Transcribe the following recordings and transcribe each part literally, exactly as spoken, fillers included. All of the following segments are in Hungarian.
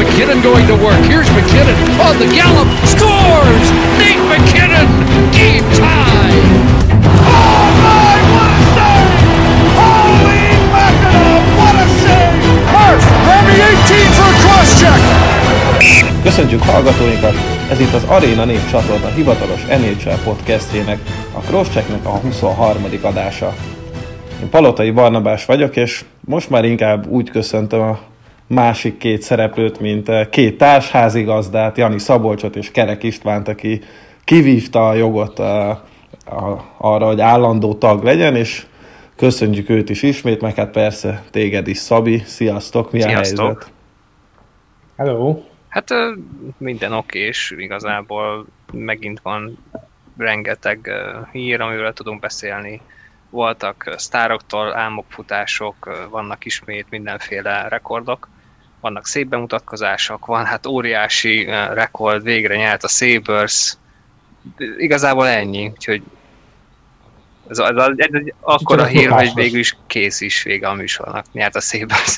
McKinnon going to work. Here's McKinnon on the gallop. Scores! Nate McKinnon! Game tie! Oh my, what a save! Holy mackerel, what a save! Murph, Remy eighteen for a cross-check! Köszöntjük hallgatóinkat! Ez itt az Arena négy csatorna hivatalos en há el podcastjének, a crosschecknek a huszonharmadik adása. Én Palotai Barnabás vagyok, és most már inkább úgy köszöntöm a másik két szereplőt, mint két társházigazdát, Jani Szabolcsot és Kerek Istvánt, aki kivívta a jogot a, a, arra, hogy állandó tag legyen, és köszönjük őt is ismét, meg hát persze téged is, Szabi. Sziasztok, mi Sziasztok. a helyzet? Hello. Hát minden okés, igazából megint van rengeteg hír, amiről tudunk beszélni. Voltak sztároktól álmokfutások, vannak ismét mindenféle rekordok, vannak szép bemutatkozások, van hát óriási rekord, végre nyert a Sabres, igazából ennyi, úgyhogy ez, ez, ez, ez akkor a hír, hogy végül is kész is vége a műsornak, nyert a Sabres.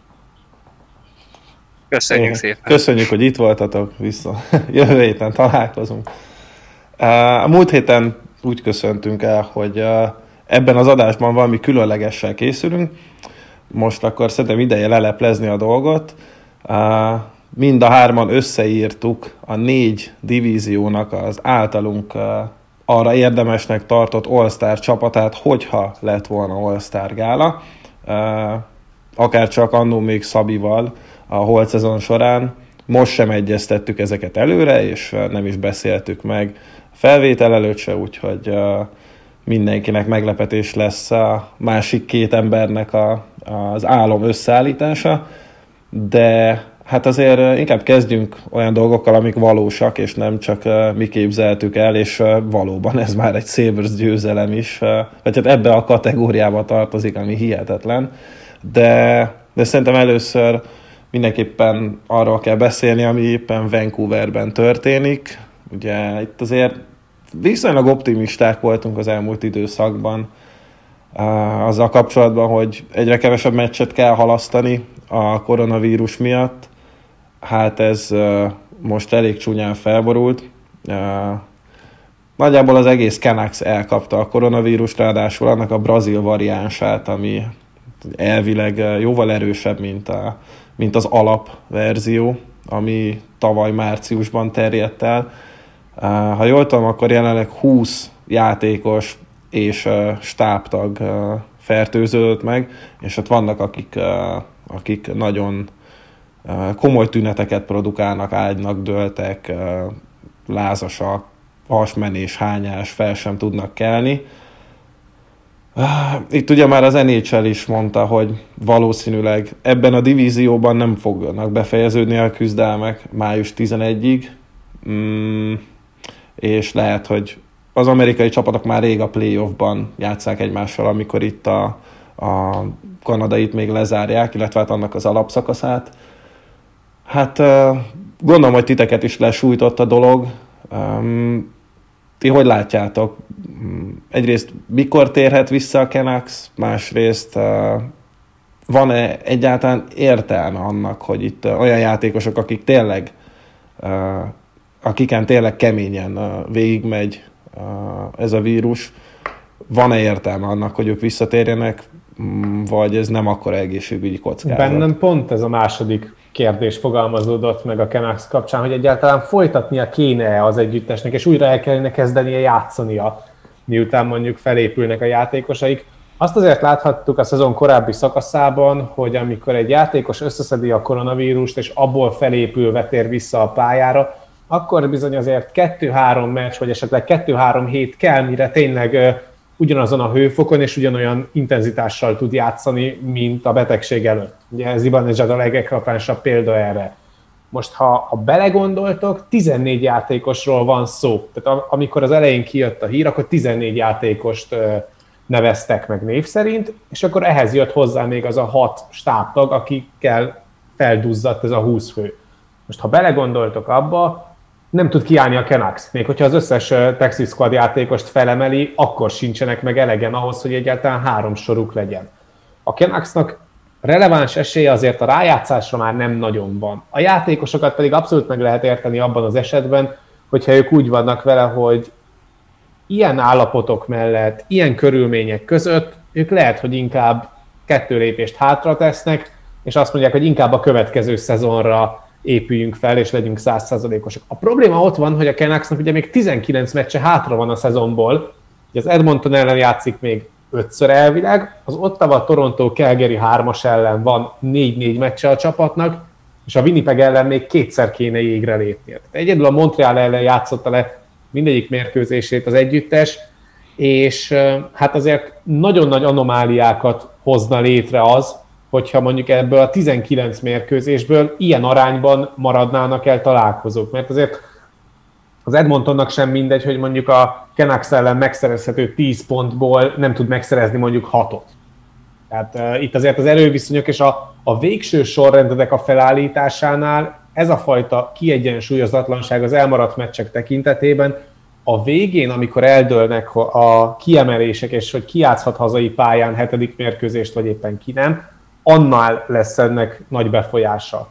Köszönjük Én, szépen! Köszönjük, hogy itt voltatok, vissza. Jövő héten találkozunk. A múlt héten úgy köszöntünk el, hogy ebben az adásban valami különlegessel készülünk. Most akkor szerintem ideje leleplezni a dolgot. Mind a hárman összeírtuk a négy divíziónak az általunk arra érdemesnek tartott All-Star csapatát, hogyha lett volna All-Star gála. Akár csak annó még Szabival a holt szezon során. Most sem egyeztettük ezeket előre, és nem is beszéltük meg felvétel előtt se, úgyhogy mindenkinek meglepetés lesz a másik két embernek a, az álom összeállítása, de hát azért inkább kezdjünk olyan dolgokkal, amik valósak, és nem csak mi képzeltük el, és valóban ez már egy Sabres győzelem is, vagy hát ebbe a kategóriába tartozik, ami hihetetlen, de, de szerintem először mindenképpen arról kell beszélni, ami éppen Vancouverben történik. Ugye itt azért viszonylag optimisták voltunk az elmúlt időszakban uh, azzal kapcsolatban, hogy egyre kevesebb meccset kell halasztani a koronavírus miatt. Hát ez uh, most elég csúnyán felborult. Uh, nagyjából az egész Canucks elkapta a koronavírust, ráadásul annak a brazil variánsát, ami elvileg jóval erősebb, mint, a, mint az alapverzió, ami tavaly márciusban terjedt el. Ha jól tudom, akkor jelenleg húsz játékos és stábtag fertőződött meg, és ott vannak, akik, akik nagyon komoly tüneteket produkálnak, ágynak dőltek, lázasak, hasmenés, hányás, fel sem tudnak kelni. Itt ugye már az en há el is mondta, hogy valószínűleg ebben a divízióban nem fognak befejeződni a küzdelmek május tizenegyedikéig, mm, és lehet, hogy az amerikai csapatok már rég a playoffban játsszák egymással, amikor itt a, a kanadait még lezárják, illetve hát annak az alapszakaszát. Hát gondolom, hogy titeket is lesújtott a dolog. Ti hogy látjátok? Egyrészt mikor térhet vissza a Canucks, másrészt van-e egyáltalán értelme annak, hogy itt olyan játékosok, akik tényleg, akiken tényleg keményen végigmegy ez a vírus, van-e értelme annak, hogy ők visszatérjenek, vagy ez nem akkora egészségügyi kockázat? Bennem pont ez a második kérdés fogalmazódott meg a Canucks kapcsán, hogy egyáltalán folytatnia kéne az együttesnek, és újra el kellene kezdenie játszania, miután mondjuk felépülnek a játékosaik. Azt azért láthattuk a szezon korábbi szakaszában, hogy amikor egy játékos összeszedi a koronavírust, és abból felépülve tér vissza a pályára, akkor bizony azért kettő-három meccs, vagy esetleg kettő-három hét kell, mire tényleg uh, ugyanazon a hőfokon és ugyanolyan intenzitással tud játszani, mint a betegség előtt. Ugye Zibanejad a legeklapánsabb példa erre. Most, ha, ha belegondoltok, tizennégy játékosról van szó. Tehát amikor az elején kijött a hír, akkor tizennégy játékost uh, neveztek meg név szerint, és akkor ehhez jött hozzá még az a hat stábtag, akikkel felduzzadt ez a húsz fő. Most, ha belegondoltok abba, nem tud kiállni a Canucks. Még hogyha az összes Texas Squad játékost felemeli, akkor sincsenek meg elegen ahhoz, hogy egyáltalán három soruk legyen. A Canucksnak releváns esélye azért a rájátszásra már nem nagyon van. A játékosokat pedig abszolút meg lehet érteni abban az esetben, hogyha ők úgy vannak vele, hogy ilyen állapotok mellett, ilyen körülmények között ők lehet, hogy inkább kettő lépést hátra tesznek, és azt mondják, hogy inkább a következő szezonra épüljünk fel, és legyünk száz százalékosok. A probléma ott van, hogy a Canucksnak ugye még tizenkilenc meccse hátra van a szezonból, ugye az Edmonton ellen játszik még ötször elvileg, az Ottawa, Toronto, Calgary hármas ellen van négy-négy meccse a csapatnak, és a Winnipeg ellen még kétszer kéne jégre lépnie. Egyedül a Montreal ellen játszotta le mindegyik mérkőzését az együttes, és hát azért nagyon nagy anomáliákat hozna létre az, hogyha mondjuk ebből a tizenkilenc mérkőzésből ilyen arányban maradnának el találkozók. Mert azért az Edmontonnak sem mindegy, hogy mondjuk a Canucks ellen megszerezhető tíz pontból nem tud megszerezni mondjuk hatot. Tehát uh, itt azért az erőviszonyok és a, a végső sorrendek a felállításánál ez a fajta kiegyensúlyozatlanság az elmaradt meccsek tekintetében a végén, amikor eldőlnek a kiemelések, és hogy ki játszhat hazai pályán hetedik mérkőzést, vagy éppen ki nem, annál lesz ennek nagy befolyása.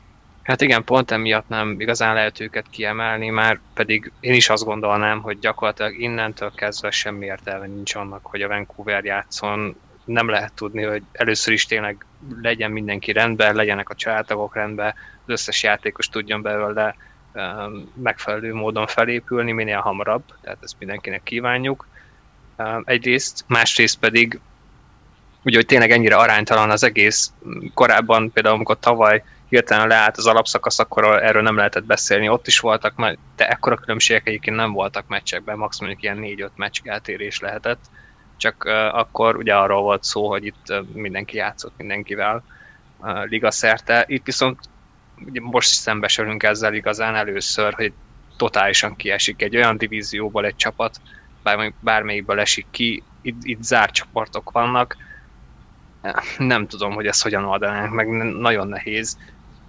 Hát igen, pont emiatt nem igazán lehet őket kiemelni, már pedig én is azt gondolnám, hogy gyakorlatilag innentől kezdve semmi értelme nincs annak, hogy a Vancouver játszon. Nem lehet tudni, hogy először is tényleg legyen mindenki rendben, legyenek a családtagok rendben, az összes játékos tudjon belőle um, megfelelő módon felépülni minél hamarabb, tehát ezt mindenkinek kívánjuk. Um, egyrészt, másrészt pedig, ugye, hogy tényleg ennyire aránytalan az egész, korábban például, amikor tavaly hirtelen leállt az alapszakasz, akkor erről nem lehetett beszélni. Ott is voltak, de ekkora különbségek egyébként nem voltak meccsekben, max mondjuk ilyen négy-öt meccs eltérés lehetett. Csak uh, akkor ugye arról volt szó, hogy itt uh, mindenki játszott mindenkivel uh, liga szerte. Itt viszont ugye most szembesülünk ezzel igazán először, hogy totálisan kiesik egy olyan divízióból egy csapat, bár, bármelyikből esik ki, itt, itt zárt csoportok vannak. Nem tudom, hogy ezt hogyan oldanánk, meg nagyon nehéz.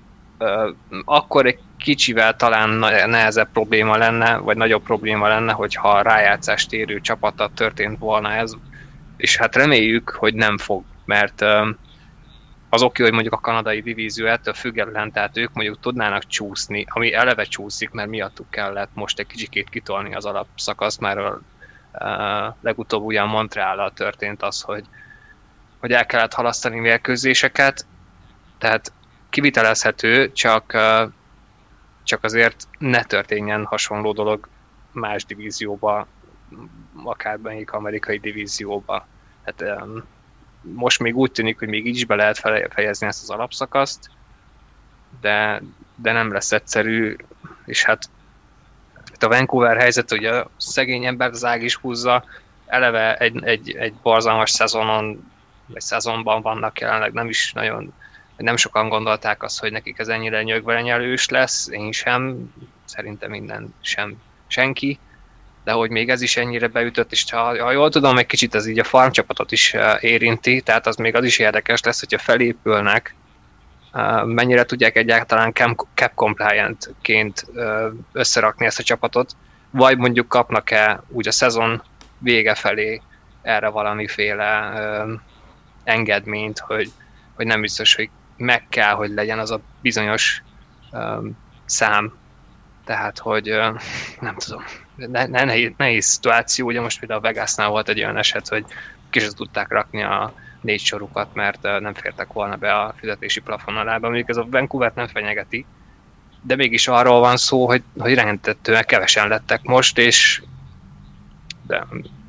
Akkor egy kicsivel talán nehezebb probléma lenne, vagy nagyobb probléma lenne, hogyha a rájátszást érő csapattal történt volna ez, és hát reméljük, hogy nem fog, mert az oké, hogy mondjuk a kanadai divízió ettől független, tehát ők mondjuk tudnának csúszni, ami eleve csúszik, mert miattuk kellett most egy kicsikét kitolni az alapszakaszt, mert a legutóbb ugyan Montreallal történt az, hogy hogy el kellett halasztani mérkőzéseket, tehát kivitelezhető, csak, csak azért ne történjen hasonló dolog más divízióba, akár bennük amerikai divízióba. Tehát most még úgy tűnik, hogy még így is be lehet fejezni ezt az alapszakaszt, de, de nem lesz egyszerű, és hát itt a Vancouver helyzet, hogy a szegény embert az ág is húzza, eleve egy, egy, egy borzalmas szezonon vagy szezonban vannak jelenleg, nem is nagyon, nem sokan gondolták azt, hogy nekik ez ennyire nyögverenyelős lesz, én sem, szerintem minden sem senki, de hogy még ez is ennyire beütött, és ha, ha jól tudom, egy kicsit ez így a farmcsapatot is érinti, tehát az még az is érdekes lesz, hogyha felépülnek, mennyire tudják egyáltalán cap compliant-ként összerakni ezt a csapatot, vagy mondjuk kapnak-e úgy a szezon vége felé erre valamiféle engedményt, hogy, hogy nem biztos, hogy meg kell, hogy legyen az a bizonyos um, szám. Tehát, hogy uh, nem tudom, ne, ne, nehéz, nehéz szituáció. Ugye most például a Vegasnál volt egy olyan eset, hogy ki sem tudták rakni a négy sorukat, mert uh, nem fértek volna be a fizetési plafon alába. Mondjuk ez a Vancouvert nem fenyegeti, de mégis arról van szó, hogy, hogy rendetetően kevesen lettek most, és de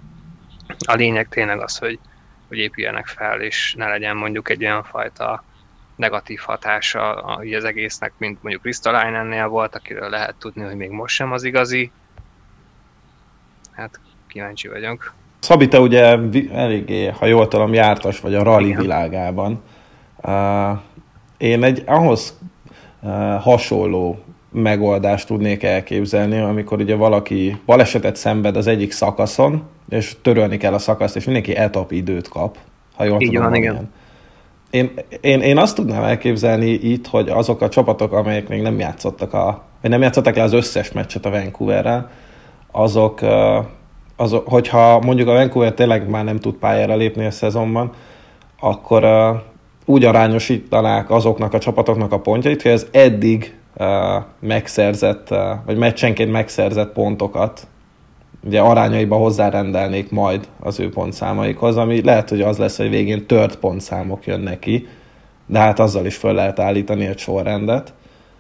a lényeg tényleg az, hogy hogy épüljenek fel, és ne legyen mondjuk egy olyan fajta negatív hatása az egésznek, mint mondjuk Ristolainennél volt, akiről lehet tudni, hogy még most sem az igazi. Hát kíváncsi vagyok. Szabi, te ugye eléggé, ha jól tudom, jártas vagy a rally világában. Uh, én egy ahhoz uh, hasonló megoldást tudnék elképzelni, amikor ugye valaki balesetet szenved az egyik szakaszon, és törölni kell a szakaszt, és mindenki etap időt kap, ha jól így tudom. Van, igen. Én, én, én azt tudnám elképzelni itt, hogy azok a csapatok, amelyek még nem játszottak, a, vagy nem játszottak le az összes meccset a Vancouverrel, azok, azok, hogyha mondjuk a Vancouver tényleg már nem tud pályára lépni a szezonban, akkor úgy arányosítanák azoknak a csapatoknak a pontjait, hogy az eddig uh, megszerzett, uh, vagy meccsenként megszerzett pontokat ugye arányaiba hozzárendelnék majd az ő pontszámaikhoz, ami lehet, hogy az lesz, hogy végén tört pontszámok jönnek ki, de hát azzal is föl lehet állítani egy sorrendet.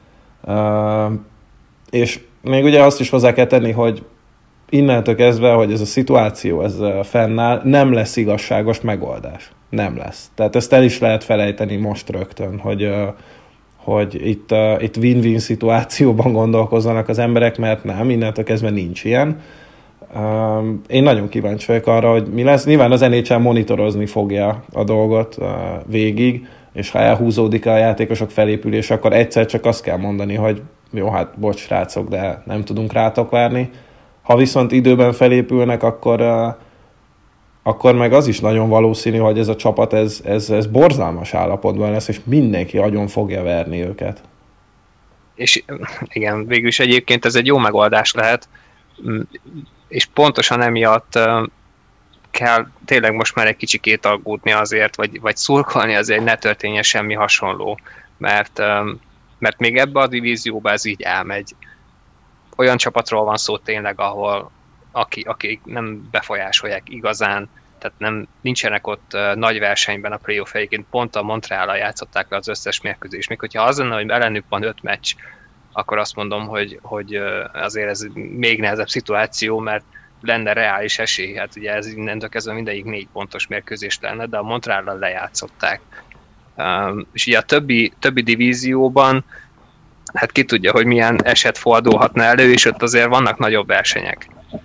Uh, és még ugye azt is hozzá kell tenni, hogy innentől kezdve, hogy ez a szituáció ez fennáll, nem lesz igazságos megoldás. Nem lesz. Tehát ezt el is lehet felejteni most rögtön, hogy, hogy itt, itt win-win szituációban gondolkozzanak az emberek, mert nem, innentől kezdve nincs ilyen. Én nagyon kíváncsi vagyok arra, hogy mi lesz. Nyilván az en há el monitorozni fogja a dolgot végig, és ha elhúzódik a játékosok felépülés, akkor egyszer csak azt kell mondani, hogy jó, hát bocs, srácok, de nem tudunk rátok várni. Ha viszont időben felépülnek, akkor, uh, akkor meg az is nagyon valószínű, hogy ez a csapat ez, ez, ez borzalmas állapotban lesz, és mindenki agyon fogja verni őket. És igen, végül is egyébként ez egy jó megoldás lehet, és pontosan emiatt uh, kell tényleg most már egy kicsikét aggódni azért, vagy, vagy szurkolni azért, ne történjen semmi hasonló, mert, um, mert még ebbe a divízióba ez így elmegy. Olyan csapatról van szó tényleg, ahol aki, akik nem befolyásolják igazán, tehát nem, nincsenek ott uh, nagy versenyben a playoff helyként, pont a Montreal-al játszották le az összes mérkőzés. Még hogyha az lenne, hogy ellenük van öt meccs, akkor azt mondom, hogy, hogy uh, azért ez még nehezebb szituáció, mert lenne reális esély. Hát ugye ez innentől kezdve mindegyik négy pontos mérkőzés lenne, de a Montreal-al lejátszották. Um, és ugye a többi, többi divízióban hát ki tudja, hogy milyen eset fordulhatna elő, és ott azért vannak nagyobb versenyek.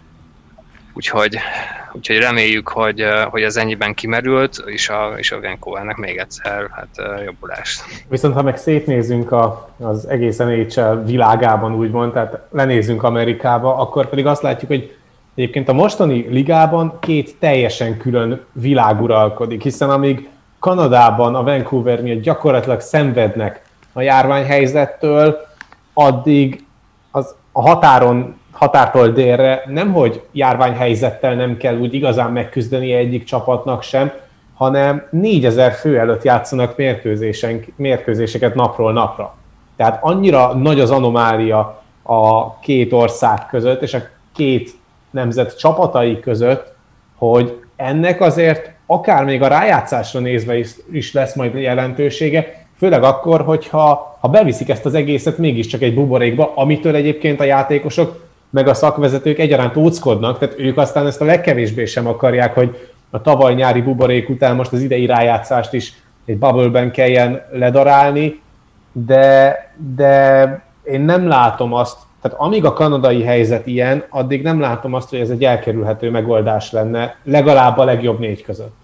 Úgyhogy, úgyhogy reméljük, hogy, hogy ez ennyiben kimerült, és a, és a Vancouvernek még egyszer hát, jobbulást. Viszont ha meg szétnézünk a, az egész en há el világában, úgymond, tehát lenézzünk Amerikába, akkor pedig azt látjuk, hogy egyébként a mostani ligában két teljesen külön világ uralkodik, hiszen amíg Kanadában a Vancouvernél gyakorlatilag szenvednek a járványhelyzettől, addig az a határon, határtól délre nemhogy járványhelyzettel nem kell úgy igazán megküzdenie egyik csapatnak sem, hanem négyezer fő előtt játszanak mérkőzéseket napról napra. Tehát annyira nagy az anomália a két ország között, és a két nemzet csapatai között, hogy ennek azért akár még a rájátszásra nézve is, is lesz majd jelentősége, főleg akkor, hogyha ha beviszik ezt az egészet mégiscsak egy buborékba, amitől egyébként a játékosok meg a szakvezetők egyaránt óckodnak, tehát ők aztán ezt a legkevésbé sem akarják, hogy a tavaly nyári buborék után most az idei rájátszást is egy bubble-ben kelljen ledarálni, de, de én nem látom azt, tehát amíg a kanadai helyzet ilyen, addig nem látom azt, hogy ez egy elkerülhető megoldás lenne, legalább a legjobb négy között.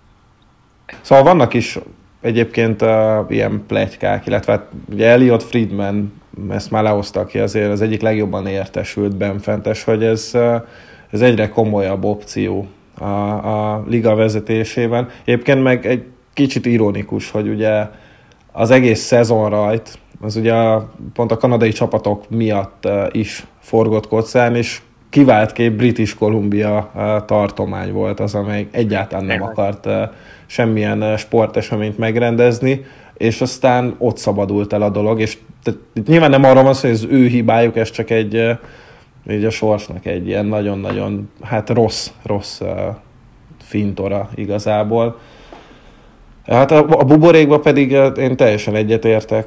Szóval vannak is egyébként uh, ilyen pletykák, illetve hát, ugye Elliot Friedman ezt már lehozta ki, azért az egyik legjobban értesült benfentes, hogy ez, uh, ez egyre komolyabb opció a, a liga vezetésében. Egyébként meg egy kicsit ironikus, hogy ugye az egész szezon rajt, az ugye a, pont a kanadai csapatok miatt uh, is forgott kockán, és kiváltképp British Columbia uh, tartomány volt az, amely egyáltalán nem akart uh, semmilyen uh, sporteseményt megrendezni, és aztán ott szabadult el a dolog, és tehát, nyilván nem arról van szó, hogy az ő hibájuk, ez csak egy, uh, egy a sorsnak egy ilyen nagyon-nagyon hát rossz, rossz uh, fintora igazából. Hát a, a buborékban pedig uh, én teljesen egyetértek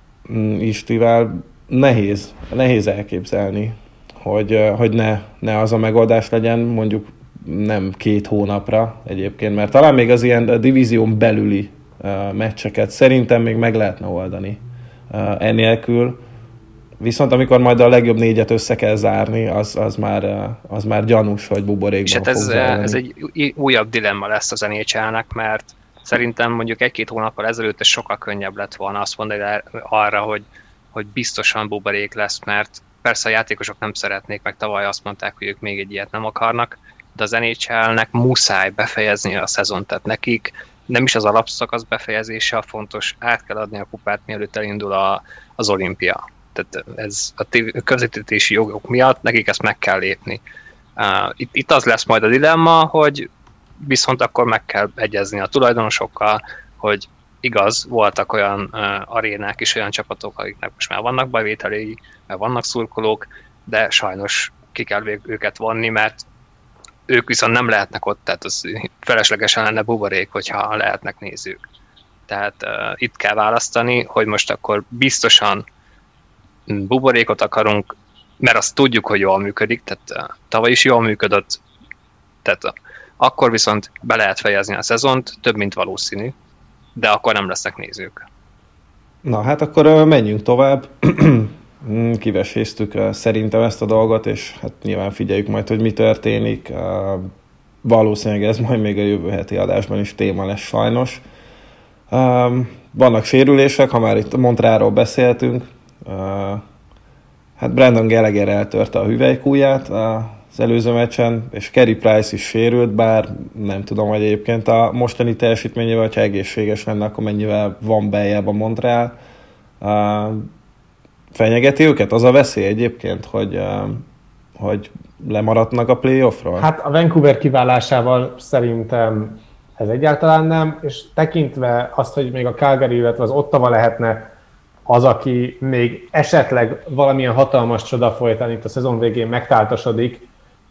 Istivel, nehéz, nehéz elképzelni, hogy, hogy ne, ne az a megoldás legyen, mondjuk nem két hónapra egyébként, mert talán még az ilyen divízión belüli uh, meccseket szerintem még meg lehetne oldani uh, ennélkül. Viszont amikor majd a legjobb négyet össze kell zárni, az, az, már, uh, az már gyanús, hogy buborékban és hát fog ez, zárni. ez egy újabb dilemma lesz az en há elnek, mert szerintem mondjuk egy-két hónappal ezelőtt ez sokkal könnyebb lett volna azt mondani arra, hogy, hogy biztosan buborék lesz, mert persze a játékosok nem szeretnék, meg tavaly azt mondták, hogy ők még egy ilyet nem akarnak, de az en há elnek muszáj befejezni a szezont, tehát nekik nem is az alapszakasz befejezése a fontos, át kell adni a kupát, mielőtt elindul a, az olimpia. Tehát ez a közvetítési jogok miatt nekik ezt meg kell lépni. Uh, itt, itt az lesz majd a dilemma, hogy viszont akkor meg kell egyezni a tulajdonosokkal, hogy igaz, voltak olyan uh, arénák és olyan csapatok, akiknek most már vannak bevételei, mert vannak szurkolók, de sajnos ki kell őket vonni, mert ők viszont nem lehetnek ott, tehát az feleslegesen lenne buborék, hogyha lehetnek nézők. Tehát uh, itt kell választani, hogy most akkor biztosan buborékot akarunk, mert azt tudjuk, hogy jól működik, tehát uh, tavaly is jól működött, tehát uh, akkor viszont be lehet fejezni a szezont, több mint valószínű, de akkor nem lesznek nézők. Na hát akkor uh, menjünk tovább. Kiveséztük uh, szerintem ezt a dolgot, és hát nyilván figyeljük majd, hogy mi történik. Uh, valószínűleg ez majd még a jövő heti adásban is téma lesz sajnos. Um, vannak sérülések, ha már itt Montrealról beszéltünk. Uh, hát Brandon Gallagher eltörte a hüvelykújját uh, az előző meccsen, és Carey Price is sérült, bár nem tudom, hogy egyébként a mostani teljesítményével, ha egészséges lenne, akkor mennyivel van beljebb a Montreal. Uh, fenyegeti őket az a veszély egyébként, hogy, uh, hogy lemaradnak a playoffról? Hát a Vancouver kiválásával szerintem ez egyáltalán nem, és tekintve azt, hogy még a Calgary, illetve az Ottawa lehetne az, aki még esetleg valamilyen hatalmas csoda folytán itt a szezon végén megtáltasodik,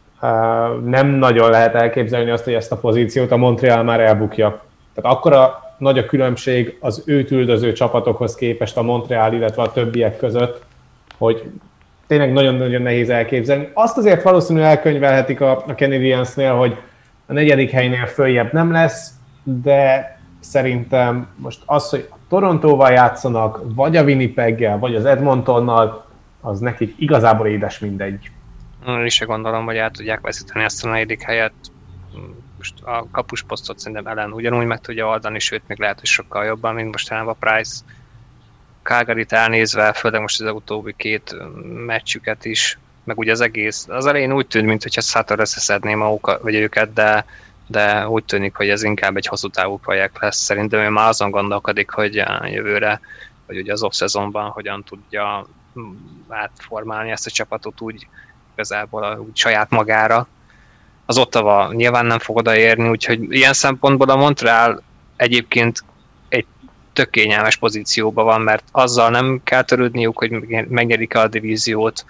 nem nagyon lehet elképzelni azt, hogy ezt a pozíciót a Montreal már elbukja. Tehát akkora nagy a különbség az őt üldöző csapatokhoz képest a Montreal, illetve a többiek között, hogy tényleg nagyon-nagyon nehéz elképzelni. Azt azért valószínűleg elkönyvelhetik a, a Canadiensnél, hogy a negyedik helynél följebb nem lesz, de szerintem most az, hogy a Torontóval játszanak, vagy a Winnipeggel, vagy az Edmontonnal, az nekik igazából édes mindegy. Én is gondolom, hogy el tudják veszíteni ezt a negyedik helyet. Most a kapusposztot szerintem Ellen ugyanúgy meg tudja oldani, sőt, még lehet, hogy sokkal jobban, mint mostanában Price. Calgaryt elnézve, főleg most az utóbbi két meccsüket is, meg ugye az egész, az elején úgy tűnt, mintha Sutter összeszedné magukat, vagy őket, de, de úgy tűnik, hogy ez inkább egy hosszú távú projekt lesz. Szerintem ő már azon gondolkodik, hogy a jövőre, vagy ugye az off-szezonban hogyan tudja átformálni ezt a csapatot úgy igazából úgy saját magára. Az Ottawa nyilván nem fog odaérni, úgyhogy ilyen szempontból a Montreal egyébként egy tök kényelmes pozícióban van, mert azzal nem kell törődniük, hogy megnyerik a divíziót.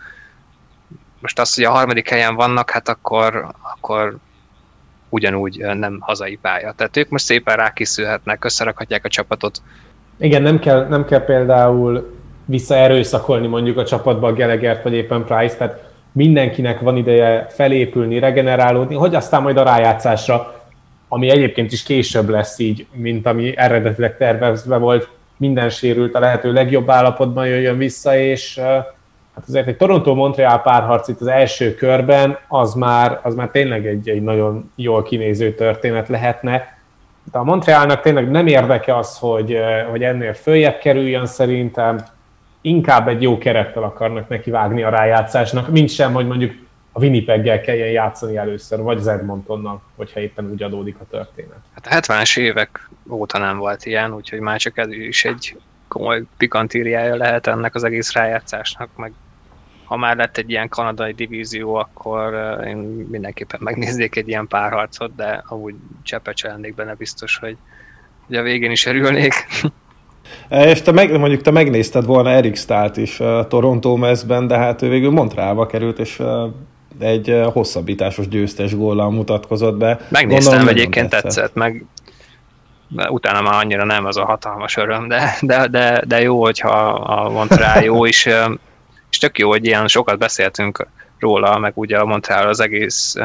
Most az, hogy a harmadik helyen vannak, hát akkor, akkor ugyanúgy nem hazai pálya. Tehát ők most szépen rákészülhetnek, összerakhatják a csapatot. Igen, nem kell, nem kell például visszaerőszakolni mondjuk a csapatba a Gallaghert vagy éppen Price, tehát mindenkinek van ideje felépülni, regenerálódni, hogy aztán majd a rájátszásra, ami egyébként is később lesz így, mint ami eredetileg tervezve volt, minden sérült a lehető legjobb állapotban jöjjön vissza, és hát azért egy Toronto-Montreal párharc itt az első körben, az már, az már tényleg egy, egy nagyon jól kinéző történet lehetne. De a Montrealnak tényleg nem érdeke az, hogy, hogy ennél följebb kerüljön szerintem, inkább egy jó kerettel akarnak neki vágni a rájátszásnak, mint sem, hogy mondjuk a Winnipeggel kelljen játszani először, vagy az Edmontonnal, hogyha éppen úgy adódik a történet. Hát a hetvenes évek óta nem volt ilyen, úgyhogy már csak ez is egy komoly pikantériája lehet ennek az egész rájátszásnak, meg ha már lett egy ilyen kanadai divízió, akkor én mindenképpen megnéznék egy ilyen párharcot, de amúgy cseppet se lennék benne biztos, hogy, hogy a végén is örülnék. És te meg, mondjuk te megnézted volna Eric Staalt is uh, Toronto mezben, de hát ő végül Montrealba került, és uh, egy uh, hosszabbításos győztes góllal mutatkozott be. Megnéztem, Gondolom, egyébként tetszett, tetszett meg utána már annyira nem az a hatalmas öröm, de, de, de, de jó, hogyha a Montreal jó is, és tök jó, hogy ilyen sokat beszéltünk róla, meg ugye a Montreal az egész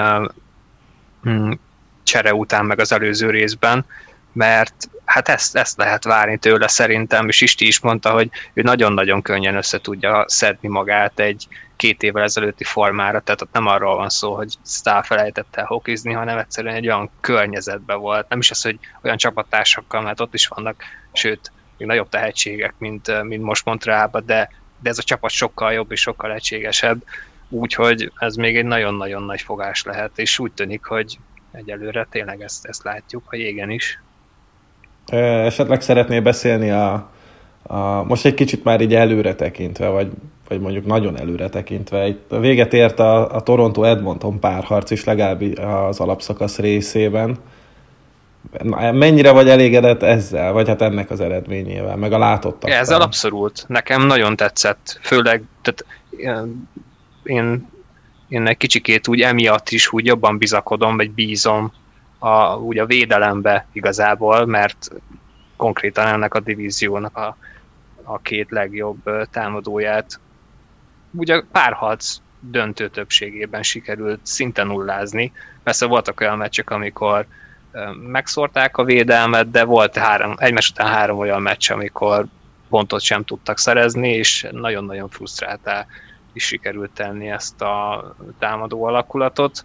um, csere után, meg az előző részben, mert hát ezt, ezt lehet várni tőle szerintem, és Isti is mondta, hogy ő nagyon-nagyon könnyen össze tudja szedni magát egy két évvel ezelőtti formára, tehát ott nem arról van szó, hogy Staal felejtett el hokizni, hanem egyszerűen egy olyan környezetben volt. Nem is az, hogy olyan csapattársakkal, mert ott is vannak, sőt, még nagyobb tehetségek, mint, mint most Montrealban, de, de ez a csapat sokkal jobb és sokkal egységesebb, úgyhogy ez még egy nagyon-nagyon nagy fogás lehet, és úgy tűnik, hogy egyelőre tényleg ezt, ezt látjuk, hogy igen is. Esetleg szeretnél beszélni a, a, most egy kicsit már így előre tekintve, vagy, vagy mondjuk nagyon előre tekintve. Itt véget ért a, a Toronto-Edmonton párharc is, legalább az alapszakasz részében. Mennyire vagy elégedett ezzel, vagy hát ennek az eredményével, meg a látottakkal? Ezzel abszolút. Nekem nagyon tetszett. Főleg, tehát én, én egy kicsikét úgy emiatt is úgy jobban bizakodom, vagy bízom a, úgy a védelembe igazából, mert konkrétan ennek a divíziónak a, a két legjobb támadóját ugye a párharc döntő többségében sikerült szinte nullázni. Persze voltak olyan meccsek, amikor megszórták a védelmet, de volt három, egymás után három olyan meccs, amikor pontot sem tudtak szerezni, és nagyon-nagyon frusztráltá is sikerült tenni ezt a támadó alakulatot.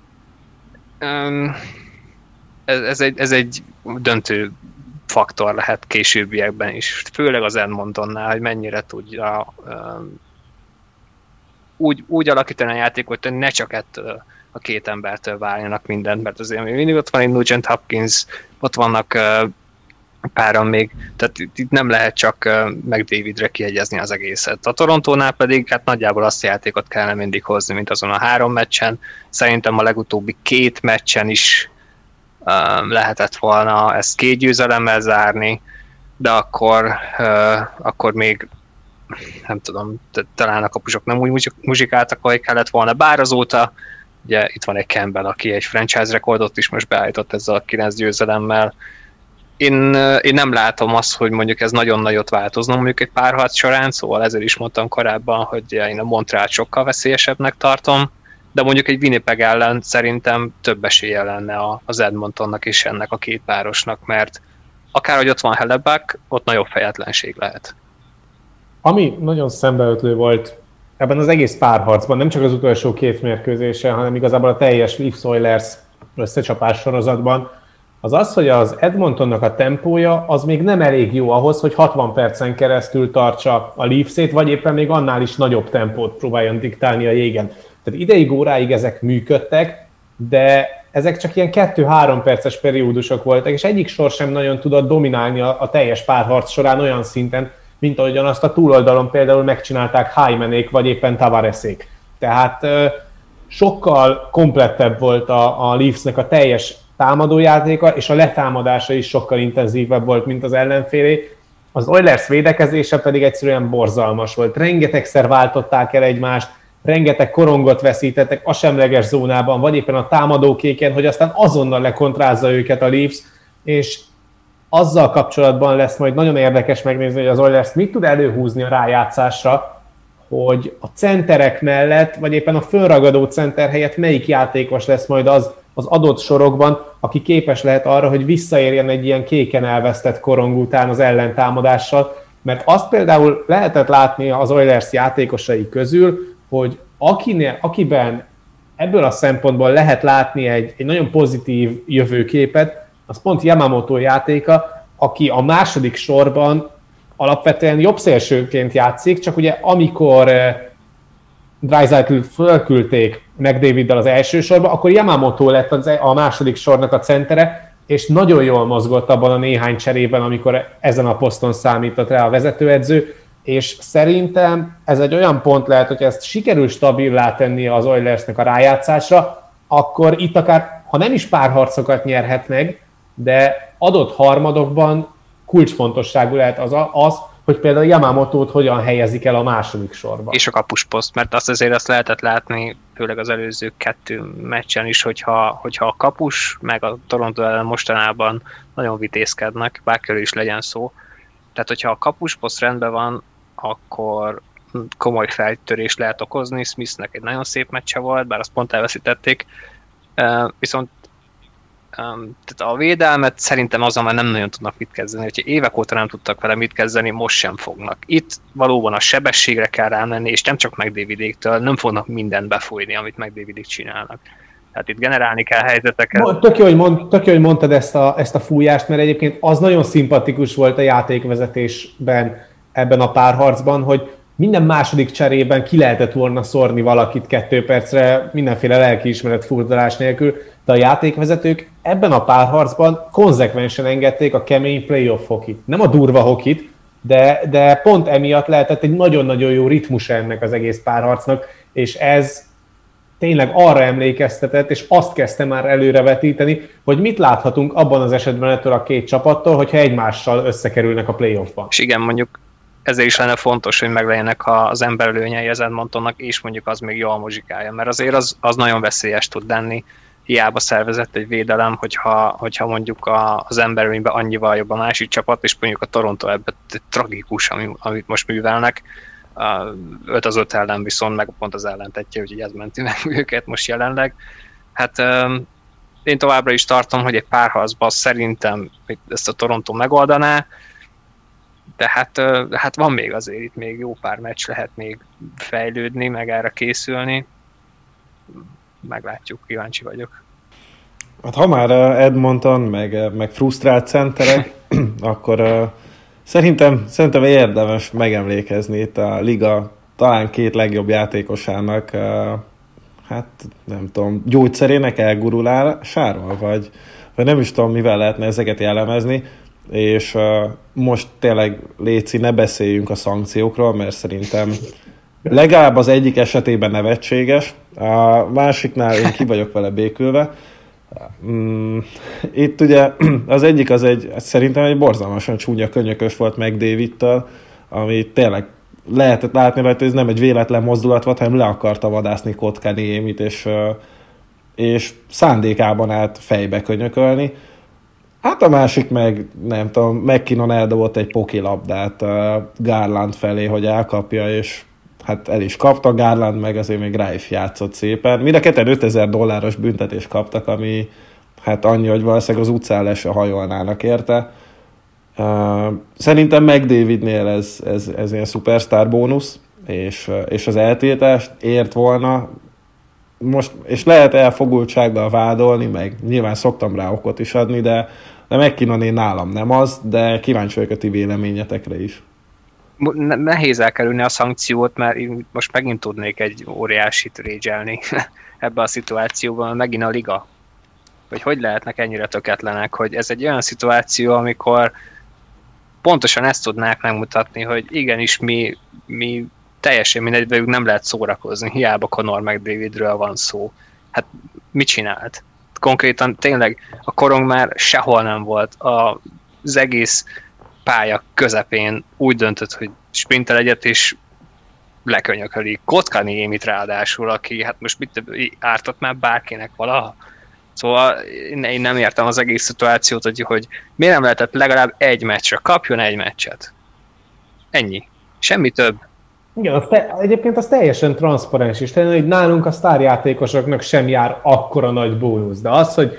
Ez, ez, egy, ez egy döntő faktor lehet későbbiekben is, főleg az Edmontonnál, hogy mennyire tudja úgy, úgy alakítani a játékot, hogy ne csak ettől a két embertől váljanak mindent, mert azért még mindig ott van egy Nugent Hopkins, ott vannak uh, páran még, tehát itt nem lehet csak uh, McDavidre kiegyezni az egészet. A Torontónál pedig hát nagyjából azt a játékot kellene mindig hozni, mint azon a három meccsen. Szerintem a legutóbbi két meccsen is uh, lehetett volna ezt két győzelemmel zárni, de akkor, uh, akkor még nem tudom, talán a kapusok nem úgy muzsikáltak, ahogy kellett volna, bár azóta ugye itt van egy Campbell, aki egy franchise rekordot is most beállított ezzel a kilenc győzelemmel. Én, én nem látom azt, hogy mondjuk ez nagyon nagyot változna mondjuk egy párharc során, szóval ezért is mondtam korábban, hogy én a Montrealt sokkal veszélyesebbnek tartom, de mondjuk egy Winnipeg ellen szerintem több esélye lenne az Edmontonnak és ennek a két párosnak, mert akárhogy ott van Hellebuyck, ott nagyobb fejetlenség lehet. Ami nagyon szembeötlő volt ebben az egész párharcban, nem csak az utolsó két mérkőzésen, hanem igazából a teljes Leafs-Oilers összecsapás sorozatban, az az, hogy az Edmontonnak a tempója az még nem elég jó ahhoz, hogy hatvan percen keresztül tartsa a Leafs-ét, vagy éppen még annál is nagyobb tempót próbáljon diktálni a jégen. Tehát ideig, óráig ezek működtek, de ezek csak ilyen kettő-három perces periódusok voltak, és egyik sor sem nagyon tudott dominálni a, a teljes párharc során olyan szinten, mint ahogyan azt a túloldalon például megcsinálták Hymanék, vagy éppen Tavaresék. Tehát sokkal komplettebb volt a, a Leafsnek a teljes támadójátéka, és a letámadása is sokkal intenzívebb volt, mint az ellenfélé. Az Oilers védekezése pedig egyszerűen borzalmas volt. Rengetegszer váltották el egymást, rengeteg korongot veszítettek a semleges zónában, vagy éppen a támadókéken, hogy aztán azonnal lekontrázza őket a Leafs, és azzal kapcsolatban lesz majd nagyon érdekes megnézni, hogy az Oilers mit tud előhúzni a rájátszásra, hogy a centerek mellett, vagy éppen a fölragadó center helyett melyik játékos lesz majd az az adott sorokban, aki képes lehet arra, hogy visszaérjen egy ilyen kéken elvesztett korong után az ellentámadással, mert azt például lehetett látni az Oilers játékosai közül, hogy akinél, akiben ebből a szempontból lehet látni egy, egy nagyon pozitív jövőképet, az pont Yamamoto játéka, aki a második sorban alapvetően jobb szélsőként játszik, csak ugye amikor Draisaitl fölküldték McDaviddel az első sorba, akkor Yamamoto lett a második sornak a centere, és nagyon jól mozgott abban a néhány cserében, amikor ezen a poszton számított rá a vezetőedző, és szerintem ez egy olyan pont lehet, hogy ezt sikerül stabilá tennie az Oilersnek a rájátszásra, akkor itt akár, ha nem is párharcokat nyerhet meg, de adott harmadokban kulcsfontosságú lehet az, az hogy például Yamamotót hogyan helyezik el a második sorba. És a kapusposzt, mert azt azért azt lehetett látni, főleg az előző kettő meccsen is, hogyha, hogyha a kapus, meg a Toronto ellen mostanában nagyon vitézkednek, bárkiről is legyen szó. Tehát, hogyha a kapusposzt rendben van, akkor komoly feltörés lehet okozni. Smithnek egy nagyon szép meccse volt, bár azt pont elveszítették. Viszont tehát a védelmet szerintem azon már nem nagyon tudnak mit kezdeni. Hogyha évek óta nem tudtak vele mit kezdeni, most sem fognak. Itt valóban a sebességre kell rámenni, és nem csak McDavidéktől, nem fognak mindent befújni, amit McDavidék csinálnak. Tehát itt generálni kell helyzeteket. Tök jó, hogy, mond, tök jó, hogy mondtad ezt a, ezt a fújást, mert egyébként az nagyon szimpatikus volt a játékvezetésben ebben a párharcban, hogy minden második cserében ki lehetett volna szórni valakit kettő percre, mindenféle lelkiismeret furdalás nélkül, de a játékvezetők ebben a párharcban konzekvensen engedték a kemény playoff hokit. Nem a durva hokit, de, de pont emiatt lehetett egy nagyon-nagyon jó ritmus ennek az egész párharcnak, és ez tényleg arra emlékeztetett, és azt kezdte már előrevetíteni, hogy mit láthatunk abban az esetben ettől a két csapattól, hogyha egymással összekerülnek a playoffban. És igen, mondjuk ezért is lenne fontos, hogy meglegyenek az emberelőnyei az Edmontonnak, és mondjuk az még jól muzsikálja, mert azért az, az nagyon veszélyes tud lenni, hiába szervezett egy védelem, hogyha, hogyha mondjuk a, az emberelőnyben annyival jobb a másik csapat, és mondjuk a Toronto ebben tragikus, amit most művelnek, öt az öt ellen viszont meg pont az ellentetje, úgyhogy ez menti meg őket most jelenleg. Hát én továbbra is tartom, hogy egy párharcban szerintem ezt a Toronto megoldaná, de hát, hát van még azért itt még jó pár meccs, lehet még fejlődni, meg erre készülni. Meglátjuk, kíváncsi vagyok. Hát ha már Edmonton, meg, meg frusztrált centerek, akkor uh, szerintem, szerintem érdemes megemlékezni itt a liga talán két legjobb játékosának, uh, hát nem tudom, gyógyszerének elgurulásáról, vagy, vagy nem is tudom, mivel lehetne ezeket jellemezni, és uh, most tényleg léci, ne beszéljünk a szankciókról, mert szerintem legalább az egyik esetében nevetséges, a másiknál én ki vagyok vele békülve. Itt ugye az egyik az egy, szerintem egy borzalmasan csúnya könyökös volt McDavid-től, ami tényleg lehetett látni rajta, hogy ez nem egy véletlen mozdulat volt, hanem le akarta vadászni Kotkaniémit, és, és szándékában állt fejbe könyökölni. Hát a másik meg, nem tudom, McKinnon eldobott egy pokilabdát Garland felé, hogy elkapja, és hát el is kapta, Garland meg azért még rá is játszott szépen. Mind a ketten ötezer dolláros büntetést kaptak, ami hát annyi, hogy valószínűleg az utcán le se hajolnának érte. Uh, szerintem McDavidnél ez, ez, ez ilyen szupersztár bónusz, és, és az eltiltást ért volna. Most, és lehet elfogultsággal vádolni, meg nyilván szoktam rá okot is adni, de, de McKinnon nálam nem az, de kíváncsi vagyok a ti véleményetekre is. Nehéz elkerülni a szankciót, mert én most megint tudnék egy óriásit régyelni ebbe a szituációban, megint a liga. Hogy hogy lehetnek ennyire tökéletlenek, hogy ez egy olyan szituáció, amikor pontosan ezt tudnák megmutatni, hogy igenis mi, mi teljesen mindegy, velük nem lehet szórakozni, hiába Connor McDavidről van szó. Hát mit csinált? Konkrétan tényleg a korong már sehol nem volt. Az egész pálya közepén úgy döntött, hogy sprintel egyet, és lekönyököli Kotkaniémit ráadásul, aki hát most mit ártott már bárkinek valaha. Szóval én nem értem az egész szituációt, hogy, hogy miért nem lehetett legalább egy meccsre, kapjon egy meccset. Ennyi. Semmi több. Igen, az te, egyébként az teljesen transzparens is, tehát, hogy nálunk a sztárjátékosoknak sem jár akkora nagy bónusz, de az, hogy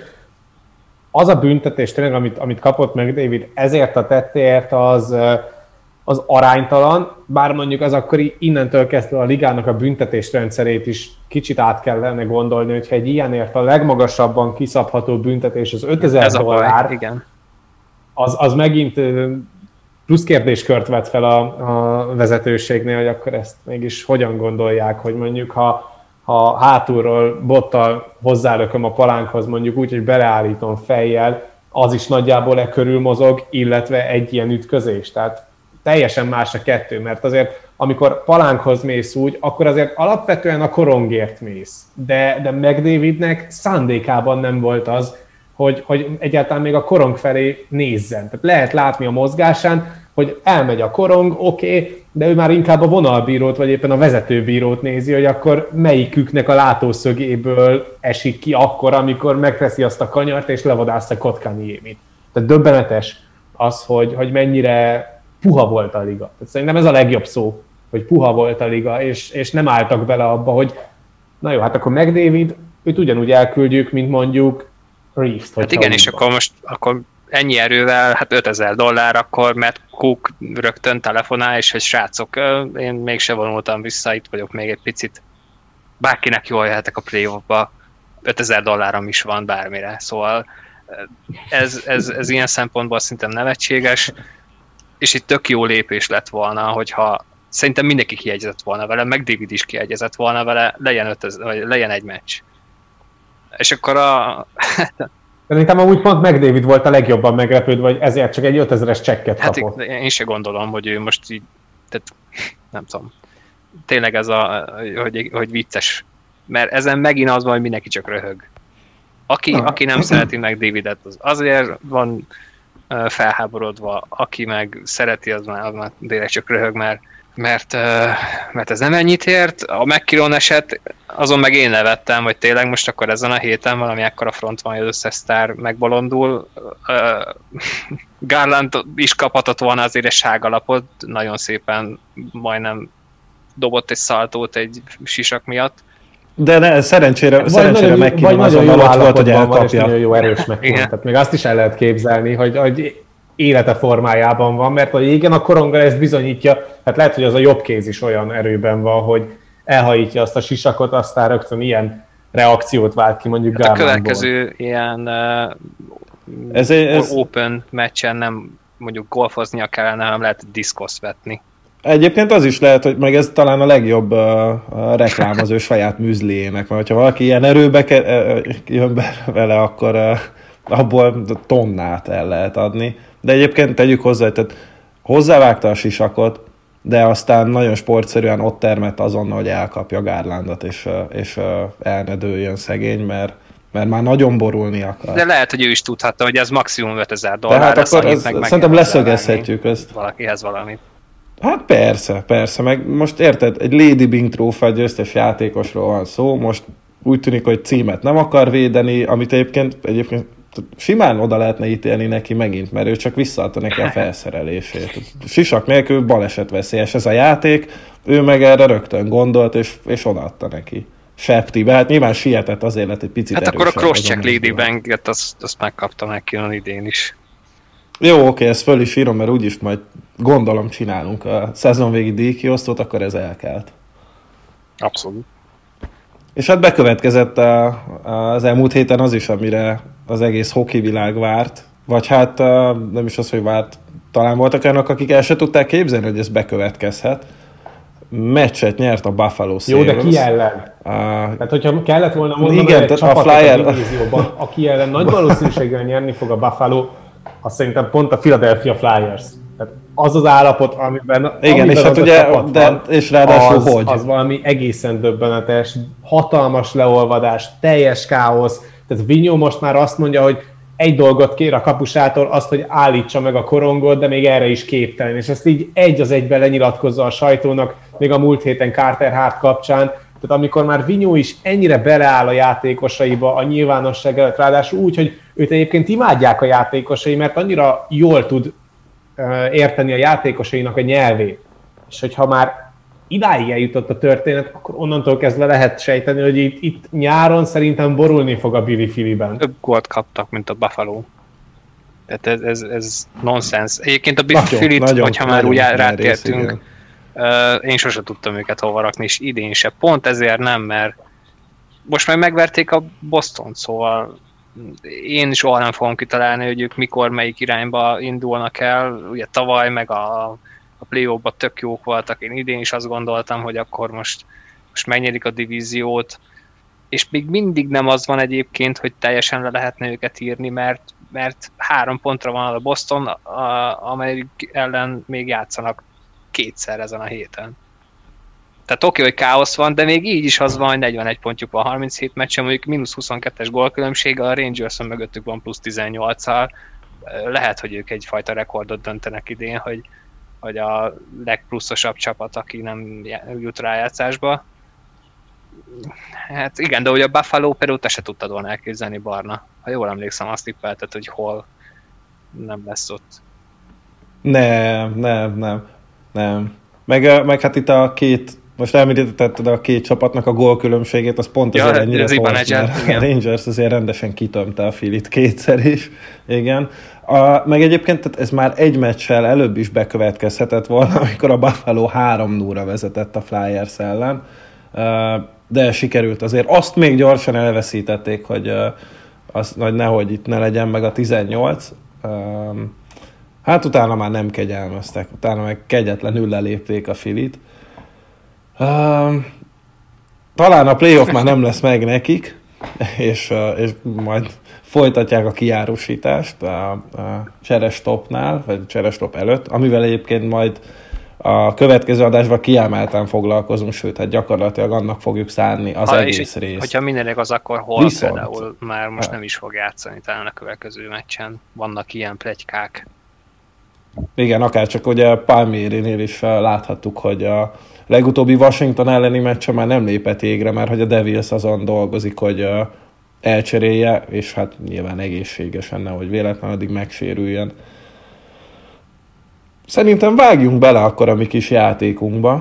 az a büntetés tényleg, amit, amit kapott meg David ezért a tettéért, az, az aránytalan, bár mondjuk az akkor innentől kezdve a ligának a büntetésrendszerét is kicsit át kellene gondolni, hogyha egy ilyenért a legmagasabban kiszabható büntetés az ötezer dollár, igen. Az, az megint plusz kérdéskört vet fel a, a vezetőségnél, hogy akkor ezt mégis hogyan gondolják, hogy mondjuk ha ha hátulról bottal hozzálököm a palánkhoz, mondjuk úgy, hogy beleállítom fejjel, az is nagyjából e körül mozog, illetve egy ilyen ütközés. Tehát teljesen más a kettő, mert azért amikor palánkhoz mész úgy, akkor azért alapvetően a korongért mész. De, de McDavidnek szándékában nem volt az, hogy, hogy egyáltalán még a korong felé nézzen. Tehát lehet látni a mozgásán, hogy elmegy a korong, oké, okay, de ő már inkább a vonalbírót, vagy éppen a vezetőbírót nézi, hogy akkor melyiküknek a látószögéből esik ki akkor, amikor megteszi azt a kanyart, és levadászta Kotkaniémit. Tehát döbbenetes az, hogy, hogy mennyire puha volt a liga. Tehát szerintem ez a legjobb szó, hogy puha volt a liga, és, és nem álltak bele abba, hogy na jó, hát akkor McDavid, őt ugyanúgy elküldjük, mint mondjuk Reeves-t. Hát igen, és akkor most akkor ennyi erővel, hát ötezer dollár, akkor Matt Cook rögtön telefonál, és hogy srácok, én mégse vonultam vissza, itt vagyok még egy picit. Bárkinek jól jöhetek a playoffba, ötezer dollárom is van bármire, szóval ez, ez, ez ilyen szempontból szerintem nevetséges, és itt tök jó lépés lett volna, hogyha szerintem mindenki kiegyezett volna vele, meg David is kiegyezett volna vele, legyen, ötezer, vagy legyen egy meccs. És akkor a... Szerintem amúgy pont McDavid volt a legjobban meglepődve, hogy ezért csak egy ötezeres csekket hát kapott. Hát én se gondolom, hogy ő most így, tehát nem tudom, tényleg ez a, hogy, hogy vicces mert ezen megint az van, hogy mindenki csak röhög. Aki, aki nem szereti meg Davidet, az azért van uh, felháborodva, aki meg szereti, az már, az már tényleg csak röhög, mert, mert, uh, mert ez nem ennyit ért. A McKinnon eset, azon meg én nevettem, hogy tényleg most akkor ezen a héten valami ekkora front van, hogy az összes sztár megbolondul. Uh, Garland is kaphatott volna azért egy ságalapot, nagyon szépen majdnem dobott egy szaltót egy sisak miatt. De ne, szerencsére, vagy szerencsére McKinnon azonnal ott volt, hogy elkapja. Nagyon jó erős McKinnon. Tehát még azt is el lehet képzelni, hogy, hogy élete formájában van, mert a régen a koronggal ezt bizonyítja, hát lehet, hogy az a jobb kéz is olyan erőben van, hogy elhajítja azt a sisakot, aztán rögtön ilyen reakciót vált ki mondjuk hát Garlandból. A következő ilyen uh, ez, ez... open meccsen nem mondjuk golfoznia kellene, hanem lehet diszkoszt vetni. Egyébként az is lehet, hogy meg ez talán a legjobb uh, a reklám az ő saját műzliének, mert ha valaki ilyen erőbe ke- uh, jön be vele, akkor uh, abból tonnát el lehet adni. De egyébként tegyük hozzá, tehát hozzávágta a sisakot, de aztán nagyon sportszerűen ott termett azonnal, hogy elkapja Garlandot, és, uh, és uh, el ne dőljön szegény, mert mert már nagyon borulni akar. De lehet, hogy ő is tudhatta, hogy ez maximum ötezer dollár. Tehát akkor ez, meg szerintem leszögezhetjük ezt. Valakihez valamit. Hát persze, persze, meg most érted, egy Lady Byng trófea győztes játékosról van szó, most úgy tűnik, hogy címet nem akar védeni, amit egyébként, egyébként simán oda lehetne ítélni neki megint, mert ő csak visszaadta neki a felszerelését. Sisak nélkül balesetveszélyes ez a játék, ő meg erre rögtön gondolt, és, és odaadta neki. Septibe, hát nyilván sietett, azért lett egy picit hát erősebb. Hát akkor a cross-check Lady Banget, azt, azt megkaptam neki olyan idén is. Jó, oké, ezt föl is írom, mert úgyis majd gondolom csinálunk a szezonvégi díjkiosztót, akkor ez elkelt. Abszolút. És hát bekövetkezett a, az elmúlt héten az is, amire az egész hoki világ várt, vagy hát nem is az, hogy várt, talán voltak olyanok, akik el se tudták képzelni, hogy ez bekövetkezhet. Meccset nyert a Buffalo Sabres. Jó, de ki ellen? Uh, tehát, hogyha kellett volna mondani, igen, egy csapatot a, Flyer... a divízióban, aki ellen nagy valószínűséggel nyerni fog a Buffalo, azt szerintem pont a Philadelphia Flyers. Tehát az az állapot, amiben, igen, amiben és hát ugye, de, van, és ráadásul az, hogy? Az valami egészen döbbenetes, hatalmas leolvadás, teljes káosz. Tehát Vigneault most már azt mondja, hogy egy dolgot kér a kapusától, azt, hogy állítsa meg a korongot, de még erre is képtelen. És ezt így egy az egyben lenyilatkozza a sajtónak, még a múlt héten Carter Hart kapcsán. Tehát amikor már Vigneault is ennyire beleáll a játékosaiba a nyilvánosság előtt, ráadásul úgy, hogy őt egyébként imádják a játékosai, mert annyira jól tud uh, érteni a játékosainak a nyelvét. És hogyha már idáig eljutott a történet, akkor onnantól kezdve lehet sejteni, hogy itt, itt nyáron szerintem borulni fog a Billy Phillyben. Több gólt kaptak, mint a Buffalo. Tehát ez, ez, ez nonsens. Egyébként a Billy Phillyt, hogyha már úgy rátértünk, uh, én sose tudtam őket hova rakni, és idén se. Pont ezért nem, mert most meg megverték a Bostont, szóval én is soha nem fogom kitalálni, hogy ők mikor, melyik irányba indulnak el. Ugye tavaly meg a a play-offban tök jók voltak, én idén is azt gondoltam, hogy akkor most, most megnyerik a divíziót, és még mindig nem az van egyébként, hogy teljesen le lehetne őket írni, mert, mert három pontra van a Boston, a, amelyik ellen még játszanak kétszer ezen a héten. Tehát oké, hogy káosz van, de még így is az van, hogy negyvenegy pontjuk van harminchét meccsen, mondjuk mínusz huszonkettes gólkülönbsége, a Rangerson mögöttük van plusz tizennyolccal. Lehet, hogy ők egyfajta rekordot döntenek idén, hogy hogy a legpluszosabb csapat, aki nem jut rájátszásba. Hát igen, de ugye a Buffalo például te se tudtad volna elképzelni, Barna. Ha jól emlékszem, azt tippelted, hogy hol nem lesz ott. Nem, nem, nem, nem. Meg, meg hát itt a két, most említetted a két csapatnak a gólkülönbségét, az pont azért ja, ennyire fort, mert a Rangers azért rendesen kitömte a Phillyt kétszer is. Igen. A, meg egyébként tehát ez már egy meccsel előbb is bekövetkezhetett volna, amikor a Buffalo három nulla vezetett a Flyers ellen, de sikerült azért. Azt még gyorsan elveszítették, hogy, az, hogy nehogy itt ne legyen meg a tizennyolc. Hát utána már nem kegyelmeztek, utána meg kegyetlenül lelépték a Phillyt. Talán a playoff már nem lesz meg nekik, és, és majd folytatják a kijárusítást a, a cserestopnál, vagy cserestop előtt, amivel egyébként majd a következő adásban kiemelten foglalkozunk, sőt, hát gyakorlatilag annak fogjuk szánni az ha, egész és részt. Hogyha mindenek az, akkor hol Viszont, például már most nem is fog játszani, talán a következő meccsen. Vannak ilyen pletykák. Igen, akár csak ugye Palmierinél is láthattuk, hogy a legutóbbi Washington elleni meccse már nem lépett égre, mert hogy a Devils azon dolgozik, hogy elcserélje, és hát nyilván egészségesen, nehogy véletlenül addig megsérüljen. Szerintem vágjunk bele akkor a mi kis játékunkba.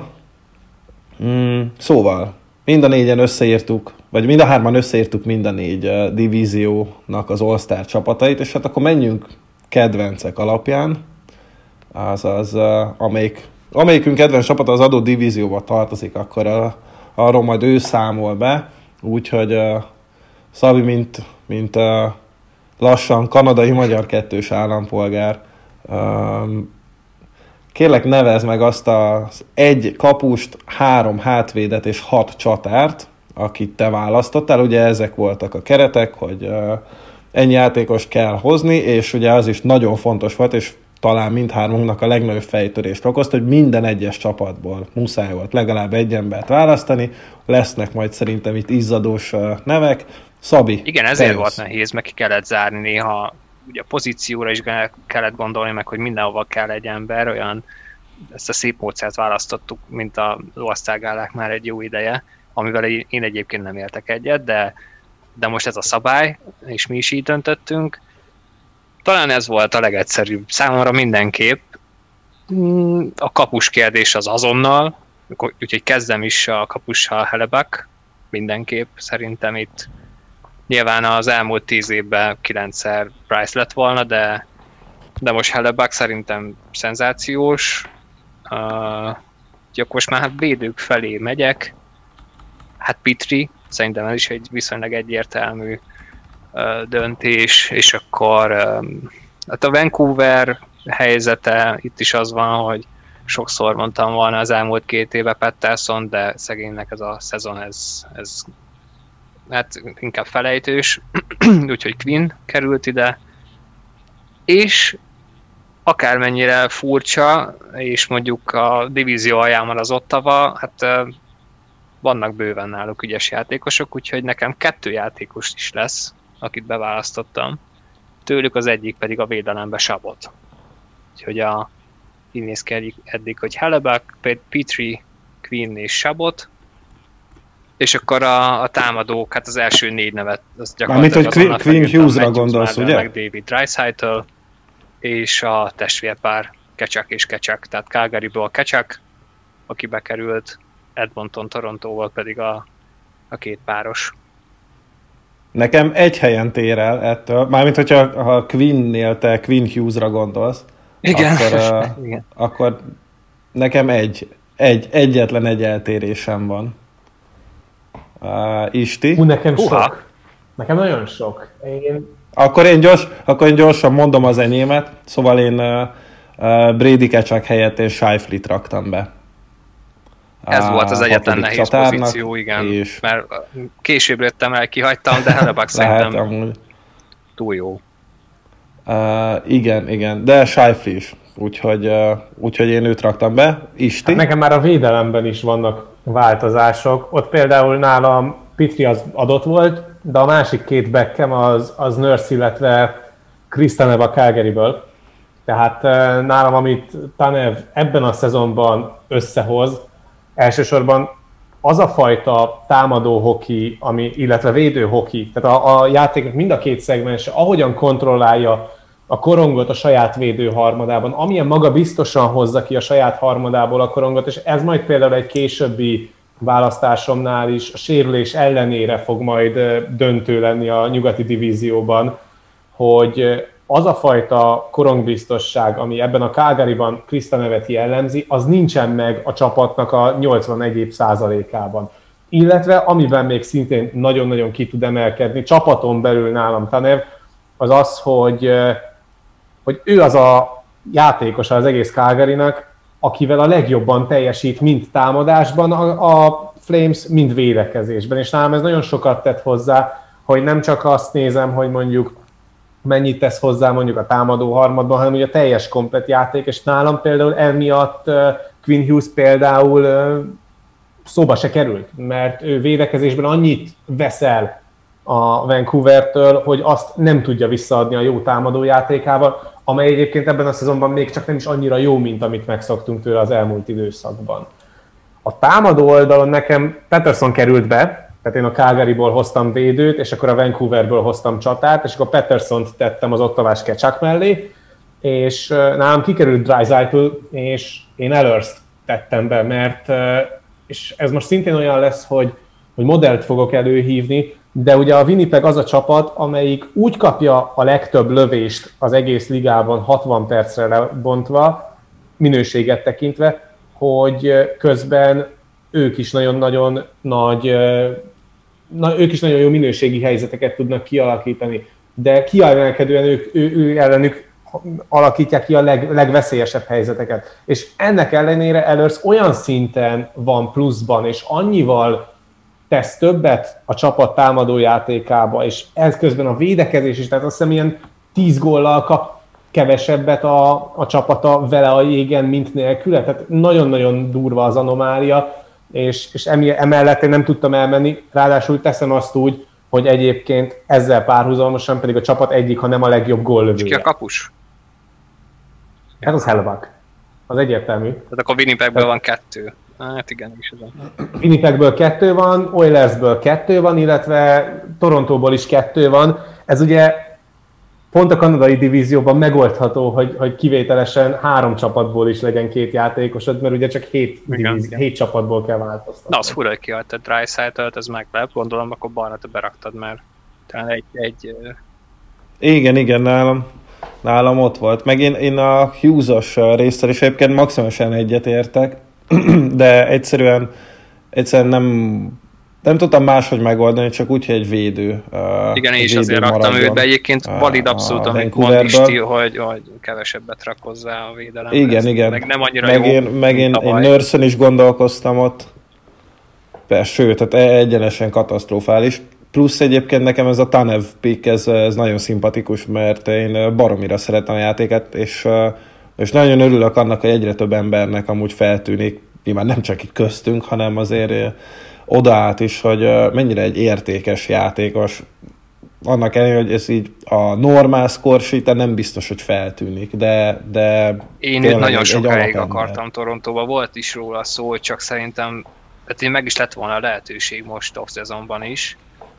Mm, szóval, mind a négyen összeírtuk, vagy mind a hárman összeírtuk mind a négy uh, divíziónak az All-Star csapatait, és hát akkor menjünk kedvencek alapján, azaz uh, amelyik, amelyikünk kedvenc csapata az adott divízióba tartozik, akkor uh, arról majd ő számol be, úgyhogy uh, Szabi, mint, mint uh, lassan kanadai-magyar kettős állampolgár, um, kérlek, nevezd meg azt az egy kapust, három hátvédet és hat csatárt, akit te választottál. Ugye ezek voltak a keretek, hogy ennyi játékos kell hozni, és ugye az is nagyon fontos volt, és talán mindhármunknak a legnagyobb fejtörést okozta, hogy minden egyes csapatból muszáj volt legalább egy embert választani. Lesznek majd szerintem itt izzadós nevek. Szabi, igen, ezért volt nehéz, meg ki kellett zárni néha. Ugye a pozícióra is kellett gondolni meg, hogy mindenhova kell egy ember, olyan ezt a szép módszert választottuk, mint a lovasszálgálák már egy jó ideje, amivel én egyébként nem értek egyet, de, de most ez a szabály, és mi is így döntöttünk. Talán ez volt a legegyszerűbb számomra mindenképp. A kapus kérdés az azonnal, úgyhogy kezdem is a kapussal, Hellebuyck, mindenképp szerintem itt. Nyilván az elmúlt tíz évben kilencszer Price lett volna, de, de most Hellebuyck szerintem szenzációs. Uh, akkor most már védők felé megyek. Hát Petrie, szerintem ez is egy viszonylag egyértelmű uh, döntés, és akkor um, hát a Vancouver helyzete, itt is az van, hogy sokszor mondtam volna az elmúlt két éve Pettersson, de szegénynek ez a szezon, ez, ez hát inkább felejtős, úgyhogy Quinn került ide, és akármennyire furcsa, és mondjuk a divízió alján van az Ottawa, hát vannak bőven náluk ügyes játékosok, úgyhogy nekem kettő játékos is lesz, akit beválasztottam. Tőlük az egyik pedig a védelembe Chabot. Úgyhogy a, így néz ki eddig, hogy Hellebuyck, Petrie, Quinn és Chabot, és akkor a, a támadók, hát az első négy nevet, az gyakorlatilag azonnal Quinn, Quinn Hughes-ra gondolsz, ugye? Meg David Draisaitl, és a testvérpár Tkachuk és Tkachuk, tehát Calgaryból Tkachuk, aki bekerült, Edmonton, Torontóval pedig a, a két páros. Nekem egy helyen tér el ettől, mármint hogyha ha Quinn-nél te Quinn Hughes-ra gondolsz, igen. Akkor, uh, igen. akkor nekem egy, egy, egyetlen egy eltérésem van. Uh, Isti? Hú, nekem Uha. sok. Nekem nagyon sok. Én... Akkor, én gyors, akkor én gyorsan mondom az enyémet, szóval én uh, uh, Brady Tkachuk helyett én Scheifele-t raktam be. Ez uh, volt az egyetlen nehéz pozíció, igen, és... mert később jöttem el, kihagytam, de Hellebuyck szerintem amúgy túl jó. Uh, igen, igen, de Scheifele is, úgyhogy, uh, úgyhogy én őt raktam be. Isti? Hát nekem már a védelemben is vannak változások. Ott például nálam Petrie az adott volt, de a másik két backem az, az Nurse, illetve Chris Tanev a Calgaryből. Tehát nálam, amit Tanev ebben a szezonban összehoz, elsősorban az a fajta támadó hoki, ami, illetve védő hoki, tehát a, a játéknak mind a két szegmens, ahogyan kontrollálja a korongot a saját védő harmadában, amilyen maga biztosan hozza ki a saját harmadából a korongot, és ez majd például egy későbbi választásomnál is a sérülés ellenére fog majd döntő lenni a nyugati divízióban, hogy az a fajta korongbiztosság, ami ebben a Calgaryban Chris Tanevet jellemzi, az nincsen meg a csapatnak a nyolcvanegy százalékában. Illetve amiben még szintén nagyon-nagyon ki tud emelkedni, csapaton belül nálam Tanev, az az, hogy, hogy ő az a játékosa az egész Calgarynak, akivel a legjobban teljesít mind támadásban a, a Flames, mind védekezésben. És nálam ez nagyon sokat tett hozzá, hogy nem csak azt nézem, hogy mondjuk mennyit tesz hozzá mondjuk a támadó harmadban, hanem ugye a teljes komplet játék, és nálam például emiatt Quinn Hughes például szóba se került, mert ő védekezésben annyit veszel a Vancouvertől, hogy azt nem tudja visszaadni a jó támadójátékával, amely egyébként ebben a szezonban még csak nem is annyira jó, mint amit megszoktunk tőle az elmúlt időszakban. A támadó oldalon nekem Pettersson került be, tehát én a Calgaryból hoztam védőt, és akkor a Vancouverből hoztam csatát, és akkor Petterssont tettem az ottavás Tkachuk mellé, és nálam kikerült Draisaitl, és én Ehlers-t tettem be, mert, és ez most szintén olyan lesz, hogy, hogy modellt fogok előhívni, de ugye a Winnipeg az a csapat, amelyik úgy kapja a legtöbb lövést az egész ligában hatvan percre lebontva, minőséget tekintve, hogy közben ők is nagyon-nagyon nagy, na, ők is nagyon jó minőségi helyzeteket tudnak kialakítani, de kiemelkedően ők, ő, ő ellenük alakítják ki a leg, legveszélyesebb helyzeteket. És ennek ellenére Ehlers olyan szinten van pluszban, és annyival tesz többet a csapat támadójátékába, és ez közben a védekezés is, tehát azt hiszem ilyen tíz góllal kap kevesebbet a, a csapata vele a jégen, mint nélküle. Tehát nagyon-nagyon durva az anomália, és, és emellett én nem tudtam elmenni, ráadásul teszem azt úgy, hogy egyébként ezzel párhuzamosan pedig a csapat egyik, ha nem a legjobb góllövője. És ki a kapus? Hát az Hellebuyck. Az egyértelmű. Tehát akkor Winnipegből van kettő. Hát igen, is ez. Winnipegből kettő van, Oilersből kettő van, illetve Torontóból is kettő van. Ez ugye pont a kanadai divízióban megoldható, hogy, hogy kivételesen három csapatból is legyen két játékosod, mert ugye csak hét, divízi, hét csapatból kell változtatni. Na, az fura, hogy kiadtad Draisaitlt, ez meglep, gondolom, akkor Barna te beraktad, mert talán egy... egy igen, igen, nálam, nálam ott volt. Meg én, én a Hughes-os résztel is egyébként maximálisan egyetértek, de egyszerűen, egyszerűen nem, nem tudtam máshogy megoldani, csak úgy, hogy egy védő. Igen, én is azért raktam őt, de egyébként valid abszolút, amit mond Isti, hogy, hogy kevesebbet rak hozzá a védelemhez. Igen, igen. Meg nem annyira meg jó, én, meg én, én Nurse-on is gondolkoztam ott. Persze, sőt, tehát egyenesen katasztrofális. Plusz egyébként nekem ez a Tanev pick, ez, ez nagyon szimpatikus, mert én baromira szeretem a játéket, és, és nagyon örülök annak, hogy egyre több embernek amúgy feltűnik, nyilván nem csak itt köztünk, hanem azért odaállt is, hogy mennyire egy értékes játékos. Annak ellenére, hogy ez így a normál score sheet nem biztos, hogy feltűnik, de, de én őt nagyon sokáig akartam Torontóba, volt is róla szó, hogy csak szerintem, tehát én meg is lett volna a lehetőség most off-szezonban is,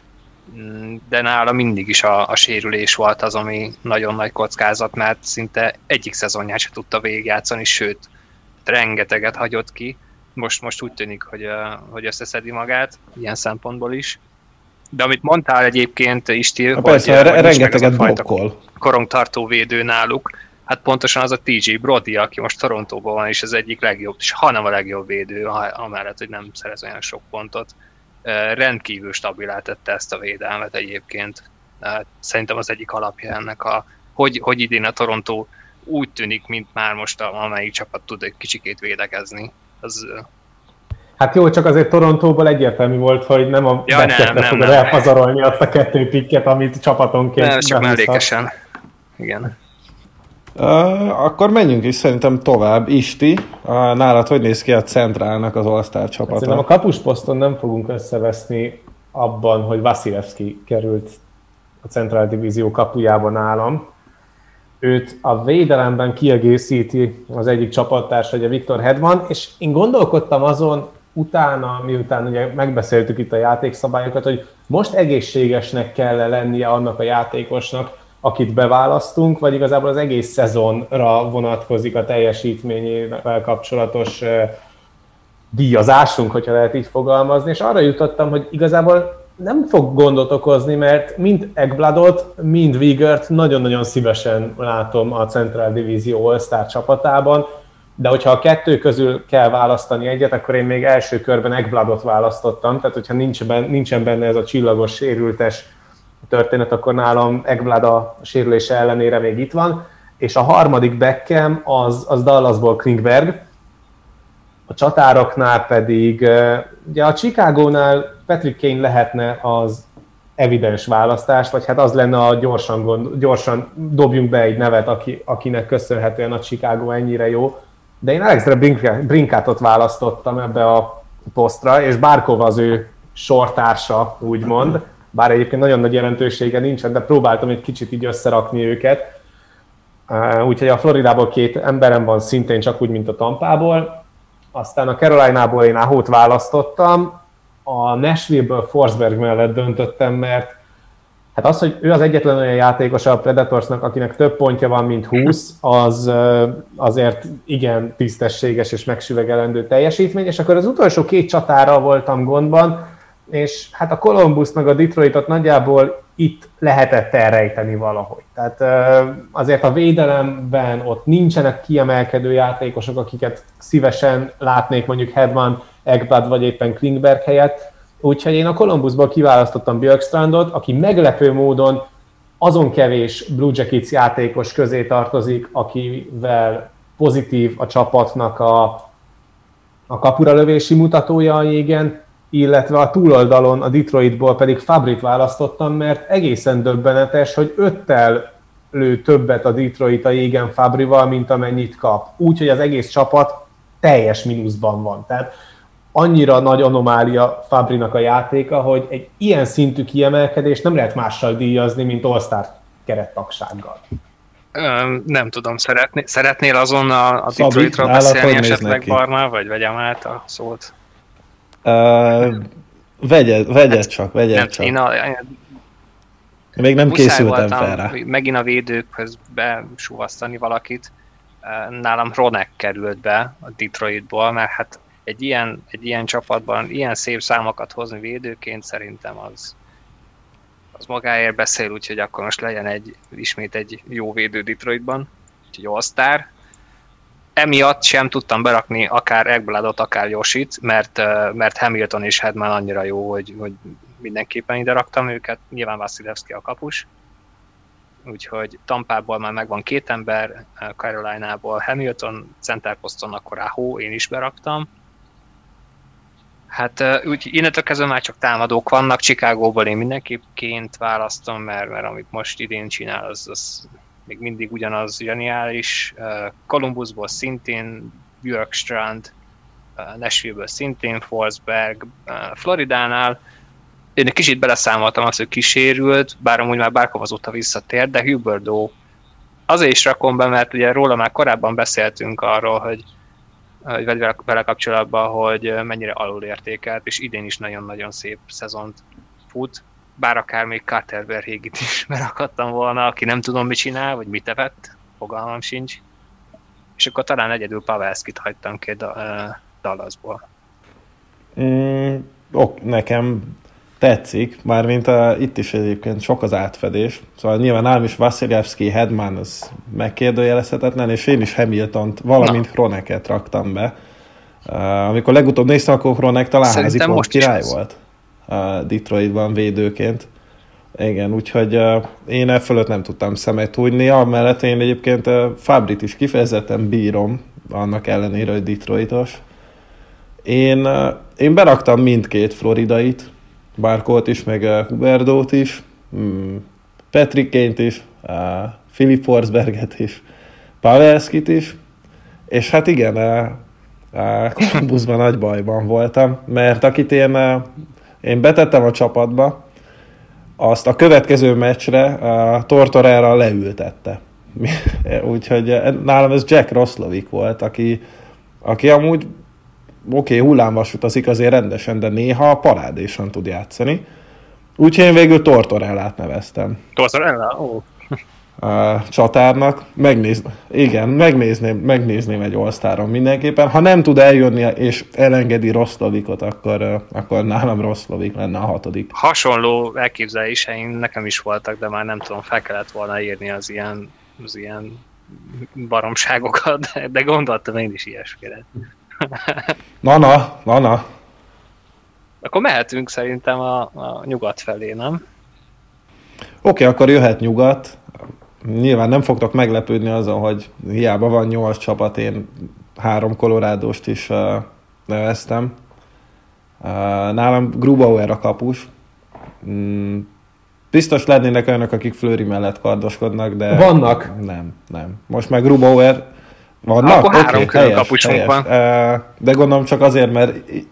de nála mindig is a, a sérülés volt az, ami nagyon nagy kockázat, mert szinte egyik szezonját se tudta végigjátszani, sőt, rengeteget hagyott ki. Most, most úgy tűnik, hogy, hogy összeszedi magát, ilyen szempontból is. De amit mondtál egyébként, Isti, hogy, persze, hogy rengeteget blokkol. Korongtartó védő náluk, hát pontosan az a té jé Brody, aki most Torontóban van, és az egyik legjobb, és hanem a legjobb védő, amellett, hogy nem szerez olyan sok pontot. Rendkívül stabilá tette ezt a védelmet egyébként. Szerintem az egyik alapja ennek, a, hogy, hogy idén a Torontó úgy tűnik, mint már most amelyik csapat tud egy kicsikét védekezni. Az... Hát jó, csak azért Torontóból egyértelmű volt, hogy nem a ja, Beckettre fogod elpazarolni azt a kettő pikket, amit csapatonként... Nem, csak mellékesen. Igen. Uh, akkor menjünk is szerintem tovább. Isti, uh, nálad hogy néz ki a centrálnak az All-Star csapata? Szerintem a kapusposzton nem fogunk összeveszni abban, hogy Vasilevski került a Central Divízió kapujába nálam. Őt a védelemben kiegészíti az egyik csapattársa, ugye Viktor Hedman, és én gondolkodtam azon utána, miután ugye megbeszéltük itt a játékszabályokat, hogy most egészségesnek kell lennie annak a játékosnak, akit beválasztunk, vagy igazából az egész szezonra vonatkozik a teljesítményével kapcsolatos díjazásunk, hogyha lehet így fogalmazni, és arra jutottam, hogy igazából nem fog gondot okozni, mert mind Ekbladot, mind Wigert nagyon-nagyon szívesen látom a Central Divízió All-Star csapatában, de hogyha a kettő közül kell választani egyet, akkor én még első körben Ekbladot választottam, tehát hogyha nincsen benne ez a csillagos sérültes történet, akkor nálam Ekblad a sérülése ellenére még itt van, és a harmadik backem az, az Dallasból Klingberg, a csatároknál pedig, ugye a Chicagónál Patrick Kane lehetne az evidens választás, vagy hát az lenne a gyorsan, gond, gyorsan dobjunk be egy nevet, aki, akinek köszönhetően a Chicago ennyire jó, de én Alexre Brinkátot választottam ebbe a posztra, és Barkov az ő sortársa, úgymond, bár egyébként nagyon nagy jelentősége nincsen, de próbáltam egy kicsit így összerakni őket. Úgyhogy a Floridából két emberem van szintén csak úgy, mint a Tampából. Aztán a Carolinából én Ahót választottam, a Nashville-ből Forsberg mellett döntöttem, mert hát az, hogy ő az egyetlen olyan játékos a Predatorsnak, akinek több pontja van, mint húsz, az azért igen tisztességes és megsüvegelendő teljesítmény, és akkor az utolsó két csatára voltam gondban, és hát a Columbus meg a Detroitot nagyjából itt lehetett elrejteni valahogy. Tehát azért a védelemben ott nincsenek kiemelkedő játékosok, akiket szívesen látnék mondjuk Hedman, Ekblad vagy éppen Klingberg helyett. Úgyhogy én a Columbusból kiválasztottam Björkstrandot, aki meglepő módon azon kevés Blue Jackets játékos közé tartozik, akivel pozitív a csapatnak a, a kapuralövési mutatója a jégen, illetve a túloldalon a Detroitból pedig Fabrit választottam, mert egészen döbbenetes, hogy öttel lő többet a Detroit a jégen Fabrival, mint amennyit kap. Úgyhogy az egész csapat teljes mínuszban van. Tehát annyira nagy anomália Fabrinak a játéka, hogy egy ilyen szintű kiemelkedést nem lehet mással díjazni, mint All-Star kerettagsággal. Nem tudom, szeretné, szeretnél azon a, a Detroitról beszélni esetleg, Barna, vagy vegyem át a szót? Uh, vegyed, vegyed hát, csak, vegyed nem, csak. Én a, én Még nem készültem fel rá. Megint a védőkhöz besúvasztani valakit. Nálam Hronek került be a Detroitból, mert hát egy ilyen, egy ilyen csapatban ilyen szép számokat hozni védőként szerintem az, az magáért beszél, úgyhogy akkor most legyen egy, ismét egy jó védő Detroitban, úgyhogy All-Star. Emiatt sem tudtam berakni akár Ekbladot, akár Josit, mert, mert Hamilton és Hedman annyira jó, hogy, hogy mindenképpen ide raktam őket. Nyilván Vasilevski a kapus. Úgyhogy Tampából már megvan két ember, Carolinából Hamilton, center poszton akkor Aho, én is beraktam. Hát úgy innentől kezdve már csak támadók vannak, Chicagóból én mindenképpként választom, mert, mert amit most idén csinál, az, az még mindig ugyanaz zseniális. Columbusból szintén Björkstrand, Nashville-ből szintén Forsberg, Floridánál én egy kicsit beleszámoltam azt, hogy kisérült, bár amúgy már Barkov azóta visszatért, de Huberdeau azért is rakom be, mert ugye róla már korábban beszéltünk arról, hogy, hogy vele kapcsolatban, hogy mennyire alulértékelt, és idén is nagyon-nagyon szép szezont fut, bár akár még Carter Verhégit is berakadtam volna, aki nem tudom mit csinál, vagy mit evett, fogalmam sincs. És akkor talán egyedül Pavelskit hagytam ki Dallasból. Mm, ok, nekem tetszik, mármint a, itt is egyébként sok az átfedés. Szóval nyilván nálam is Vasilevski, Hedman az megkérdőjelezhetetlen, és én is Hamiltont, valamint Hroneket raktam be. Uh, amikor legutóbb néztem, akkor Hronek talán házi pont király volt uh, Detroitban védőként. Igen, úgyhogy uh, én e fölött nem tudtam szemet hújni, amellett én egyébként uh, Fabrit is kifejezetten bírom, annak ellenére, hogy Detroitos. Én, uh, én beraktam mindkét floridait, Barkovot is, meg uh, Huberdeaut is, mm, Patrick Kane-t is, uh, Philip Forsberget is, Pavelskit is, és hát igen, uh, uh, Columbusban nagy bajban voltam, mert akit én, uh, én betettem a csapatba, azt a következő meccsre a Tortorella leültette. Úgyhogy nálam ez Jack Roslovic volt, aki, aki amúgy oké, okay, hullámvasutazik azért rendesen, de néha parádésan tud játszani. Úgyhogy én végül Tortorellát neveztem. Tortorella? Ó. A csatárnak. Megnéz, igen, megnézném, megnézném egy All-Staron mindenképpen. Ha nem tud eljönni és elengedi Roslovicot, akkor, akkor nálam Roslovic lenne a hatodik. Hasonló elképzeléseim nekem is voltak, de már nem tudom, fel kellett volna írni az ilyen, az ilyen baromságokat, de, de gondoltam én is ilyesmire. Na-na, na-na. Akkor mehetünk szerintem a, a nyugat felé, nem? Oké, okay, akkor jöhet nyugat. Nyilván nem fogtok meglepődni azon, hogy hiába van nyolc csapat, én három Coloradost is uh, neveztem. Uh, nálam Grubauer a kapus. Mm, biztos lennének olyanok, akik Fleury mellett kardoskodnak, de... Vannak. Nem, nem. Most már Grubauer Vannak? Akkor három Okay, külön kapusunk van. De gondolom csak azért, mert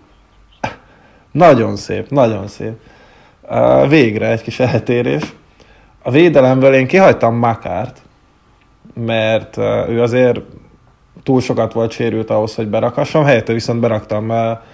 nagyon szép, nagyon szép. Végre egy kis eltérés. A védelemből én kihagytam Makárt, mert ő azért túl sokat volt sérült ahhoz, hogy berakassam, helyette viszont beraktam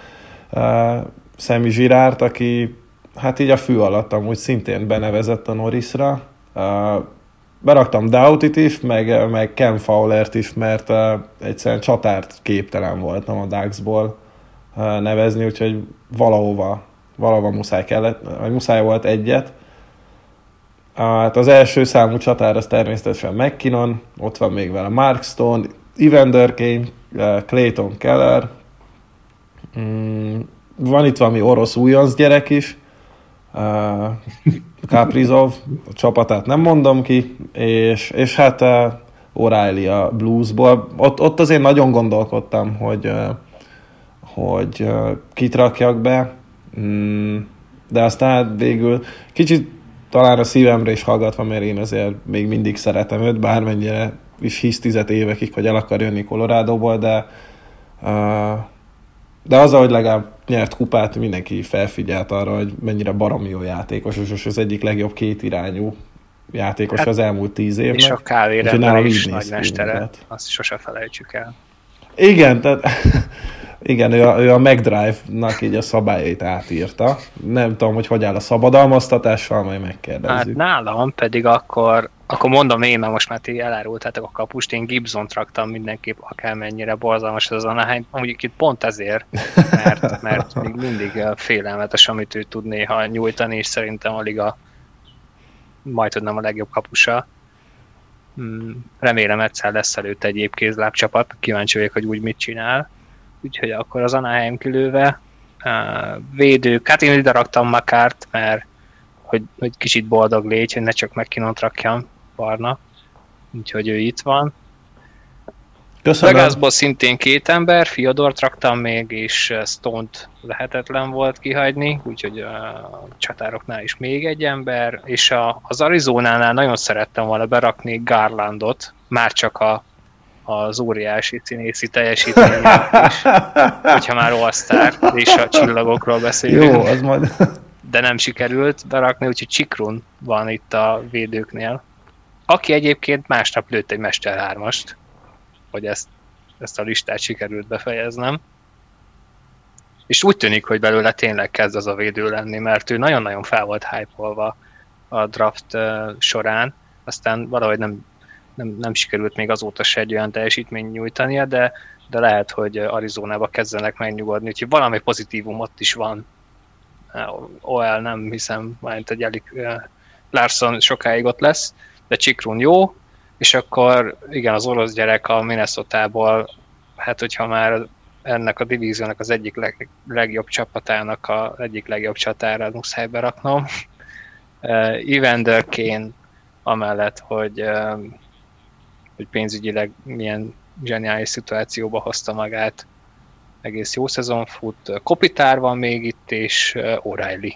Sammy Girardt, aki hát így a fű alatt amúgy szintén benevezett a Norrisra. Beraktam Doughtyt is, meg, meg Ken Fowlert is, mert uh, egyszerűen csatárt képtelen voltam a Ducksból uh, nevezni, úgyhogy valahova, valahova muszáj kellett, vagy muszáj volt egyet. Uh, hát az első számú csatár az természetesen McKinnon, ott van még vele Mark Stone, Evander Kane, uh, Clayton Keller, mm, van itt valami orosz újonc gyerek is, Uh, Kaprizov, a csapatát nem mondom ki, és, és hát uh, O'Reilly a Bluesból. Ott, ott azért nagyon gondolkodtam, hogy, uh, hogy uh, kit rakjak be, mm, de aztán végül kicsit talán a szívemre is hallgatva, mert én azért még mindig szeretem őt, bármennyire is hisz tized évekig, hogy el akar jönni Coloradóból, de uh, de az, ahogy legalább nyert kupát, mindenki felfigyelt arra, hogy mennyire baromi jó játékos, és az egyik legjobb kétirányú játékos hát, az elmúlt tíz évnek. És a kávérendelés is nagymestere, azt sose felejtsük el. Igen, tehát igen, ő a, ő a McDrive-nak így a szabályait átírta. Nem tudom, hogy hogy áll a szabadalmaztatással, majd megkérdezzük. Hát nálam pedig akkor, akkor mondom én, mert most már ti elárultátok a kapust, én Gibsont raktam mindenképp, akármennyire borzalmas az Anaheim, mondjuk itt pont ezért, mert, mert még mindig félelmetes, amit ő tud néha nyújtani, és szerintem a liga majdhogy nem a legjobb kapusa. Remélem egyszer lesz előtt egy épp kézlábcsapat, kíváncsi vagyok, hogy úgy mit csinál. Úgyhogy akkor az Anaheim kilőve. Uh, védők, hát én ide raktam Makárt, mert hogy, hogy kicsit boldog légy, hogy ne csak McKinnont rakjam, Barna. Úgyhogy ő itt van. Köszönöm. Vegasból szintén két ember, Fiodort raktam még, és Stone-t lehetetlen volt kihagyni, úgyhogy a csatároknál is még egy ember, és a, az Arizonánál nagyon szerettem volna berakni Garlandot, már csak a az óriási színészi teljesítményét is, hogyha már All-Star és a csillagokról beszélünk. Jó, az majd... De nem sikerült berakni, úgyhogy Csikrun van itt a védőknél. Aki egyébként másnap lőtt egy Mester hármast, hogy ezt, ezt a listát sikerült befejeznem. És úgy tűnik, hogy belőle tényleg kezd az a védő lenni, mert ő nagyon-nagyon fel volt hype-olva a draft során, aztán valahogy nem Nem, nem sikerült még azóta se egy olyan teljesítményt nyújtania, de, de lehet, hogy Arizonába kezdenek megnyugodni, úgyhogy valami pozitívum ott is van. o el nem hiszem, majd egy elég Larson sokáig ott lesz, de Csikrun jó, és akkor igen, az orosz gyerek a Minnesotából, hát hogyha már ennek a divíziónak az egyik leg, legjobb csapatának a egyik legjobb csatára muszáj beraknom. Evander Kane, amellett, hogy hogy pénzügyileg milyen zseniális szituációba hozta magát. Egész jó szezon fut. Kopitár van még itt, és O'Reilly.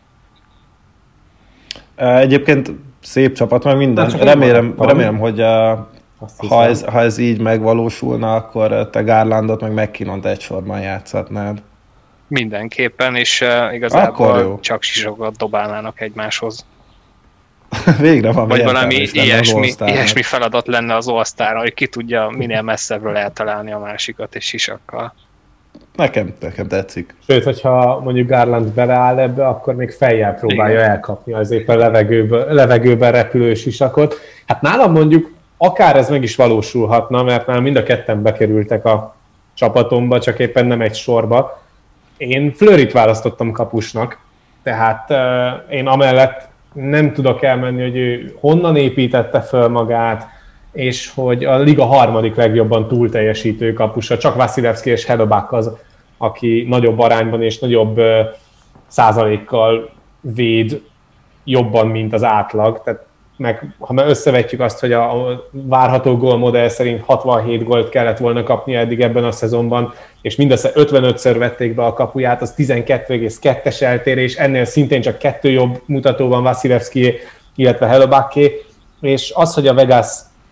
Egyébként szép csapat, meg minden. Remélem, remélem, hogy a, ha, ez, ha ez így megvalósulna, akkor te Garlandot meg McKinnont egysorban játszhatnád. Mindenképpen, és uh, igazából csak sisokat dobálnának egymáshoz. Végre van. Vagy valami ilyesmi, ilyesmi feladat lenne az All-Starra, hogy ki tudja minél messzebbről eltalálni a másikat és sisakkal. Nekem, nekem tetszik. Sőt, hogyha mondjuk Garland beleáll ebbe, akkor még fejjel próbálja igen. elkapni az éppen levegőben, levegőben repülő sisakot. Hát nálam mondjuk akár ez meg is valósulhatna, mert már mind a ketten bekerültek a csapatomba, csak éppen nem egy sorba. Én Fleuryt választottam kapusnak, tehát uh, én amellett nem tudok elmenni, hogy ő honnan építette föl magát, és hogy a liga harmadik legjobban túl teljesítő kapusa, csak Vasilevsky és Hellebuyck az, aki nagyobb arányban és nagyobb uh, százalékkal véd jobban, mint az átlag. Tehát meg, ha már összevetjük azt, hogy a várható gólmodell szerint hatvanhét gólt kellett volna kapnia eddig ebben a szezonban, és mindössze ötvenötször vették be a kapuját, az tizenkettő egész kettes eltérés, ennél szintén csak kettő jobb mutató van Vasilevsky, illetve Hellebuycké, és az, hogy a Vegas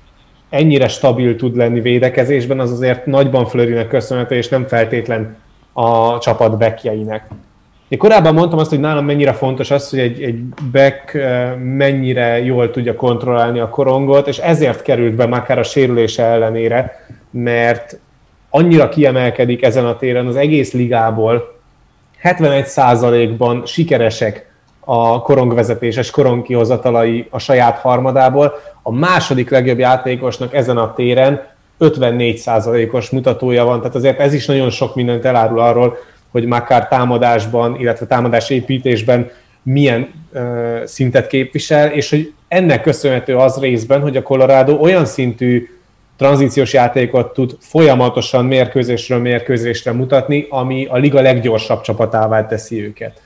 ennyire stabil tud lenni védekezésben, az azért nagyban Fleurynek köszönhető, és nem feltétlen a csapat backjeinek. Én korábban mondtam azt, hogy nálam mennyire fontos az, hogy egy, egy back mennyire jól tudja kontrollálni a korongot, és ezért került be akár a sérülése ellenére, mert annyira kiemelkedik ezen a téren az egész ligából, hetvenegy százalékban sikeresek a korongvezetéses korongkihozatalai a saját harmadából, a második legjobb játékosnak ezen a téren ötvennégy százalékos mutatója van, tehát azért ez is nagyon sok mindent elárul arról, hogy Makar támadásban, illetve támadásépítésben milyen uh, szintet képvisel, és hogy ennek köszönhető az részben, hogy a Colorado olyan szintű tranzíciós játékot tud folyamatosan mérkőzésről mérkőzésre mutatni, ami a liga leggyorsabb csapatává teszi őket.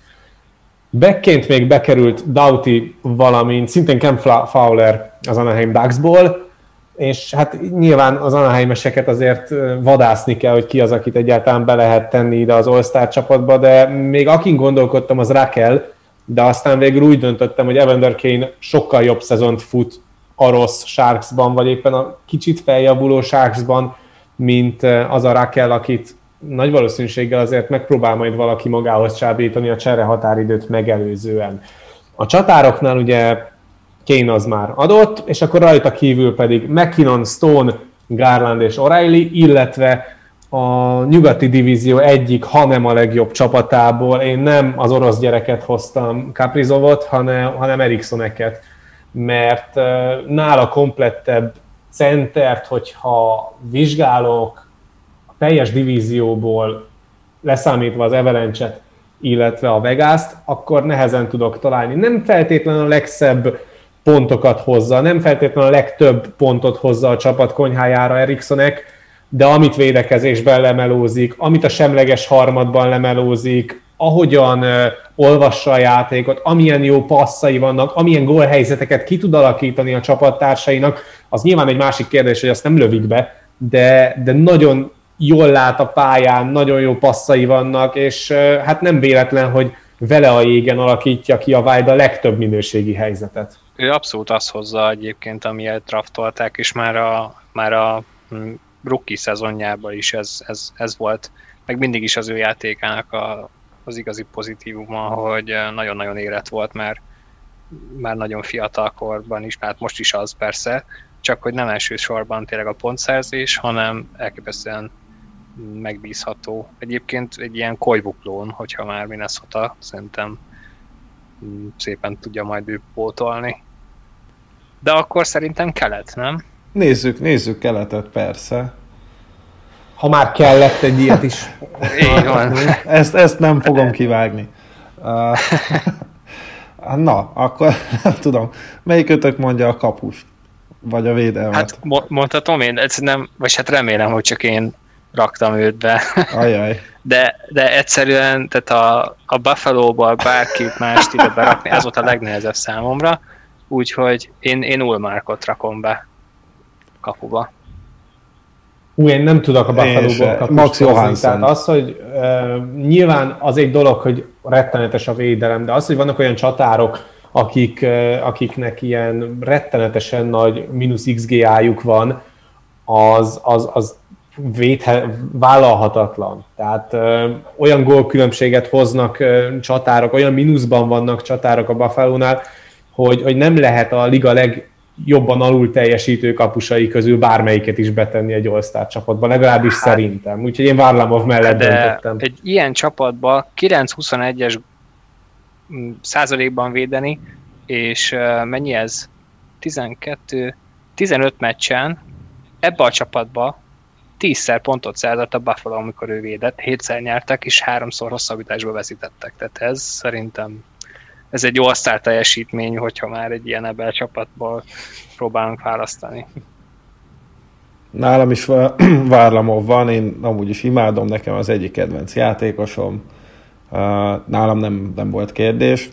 Backként még bekerült Doughty, valamint szintén Cam Fowler az Anaheim Ducksból, és hát nyilván az Anaheimeseket azért vadászni kell, hogy ki az, akit egyáltalán be lehet tenni ide az All-Star csapatba, de még akin gondolkodtam, az Raquel, de aztán végül úgy döntöttem, hogy Evander Kane sokkal jobb szezont fut a rossz Sharksban, vagy éppen a kicsit feljavuló Sharksban, mint az a Raquel, akit nagy valószínűséggel azért megpróbál majd valaki magához csábítani a csere határidőt megelőzően. A csatároknál ugye Kane az már adott, és akkor rajta kívül pedig McKinnon, Stone, Garland és O'Reilly, illetve a nyugati divízió egyik, hanem a legjobb csapatából. Én nem az orosz gyereket hoztam, Kaprizovot, hanem, hanem Erikssoneket, mert nála komplettebb centert, hogyha vizsgálok a teljes divízióból, leszámítva az Avalanche-et, illetve a Vegas-t, akkor nehezen tudok találni. Nem feltétlenül a legszebb pontokat hozza, nem feltétlenül a legtöbb pontot hozza a csapat konyhájára Erikssonek, de amit védekezésben lemelózik, amit a semleges harmadban lemelózik, ahogyan uh, olvassa a játékot, amilyen jó passzai vannak, amilyen gólhelyzeteket ki tud alakítani a csapattársainak, az nyilván egy másik kérdés, hogy azt nem lövik be, de, de nagyon jól lát a pályán, nagyon jó passzai vannak, és uh, hát nem véletlen, hogy vele a jégen alakítja ki a Wild a legtöbb minőségi helyzetet. Ő abszolút azt hozza egyébként, amilyet draftolták, és már a, már a rookie szezonjában is ez, ez, ez volt, meg mindig is az ő játékának a, az igazi pozitívuma, hogy nagyon-nagyon érett volt, mert már nagyon fiatal korban is, hát most is az persze, csak hogy nem elsősorban tényleg a pontszerzés, hanem elképesztően megbízható. Egyébként egy ilyen Koivu-klón, hogyha már Minnesota, szerintem szépen tudja majd ő pótolni. De akkor szerintem kelet, nem? Nézzük, nézzük keletet, persze. Ha már kellett egy ilyet is. Így van. Ezt, ezt nem fogom kivágni. Uh, na, akkor nem tudom. Melyikötök mondja a kapust? Vagy a védelmet? Hát mondhatom én, nem, vagy hát remélem, hogy csak én raktam őt be. Ajaj. De, de egyszerűen, tehát a, a Buffalo-ból bárkit mást ide berakni, ez volt a legnehezebb számomra, úgyhogy én, én Ullmarkot rakom be kapuba. Ú, én nem tudok a Buffalo-ból kapust hozni. Tehát az, hogy uh, nyilván az egy dolog, hogy rettenetes a védelem, de az, hogy vannak olyan csatárok, akik, uh, akiknek ilyen rettenetesen nagy mínusz iksz gé á-juk van, az, az, az védhe, vállalhatatlan. Tehát ö, olyan gólkülönbséget hoznak ö, csatárok, olyan mínuszban vannak csatárok a Buffalo-nál, hogy, hogy nem lehet a liga legjobban alul teljesítő kapusai közül bármelyiket is betenni egy All-Star csapatba, legalábbis hát, szerintem. Úgyhogy én Varlamov mellett de döntöttem. Egy ilyen csapatba kilenc huszonegyes százalékban védeni, és uh, mennyi ez? tizenkettő tizenöt meccsen ebbe a csapatba tízszer pontot szerzett a Buffalo, amikor ő védett, hétszer nyertek, és háromszor hosszabbításba veszítettek. Tehát ez szerintem ez egy all-star teljesítmény, hogyha már egy ilyen ebben a csapatból próbálunk választani. Nálam is Varlamov van, én amúgy is imádom, nekem az egyik kedvenc játékosom. Nálam nem, nem volt kérdés.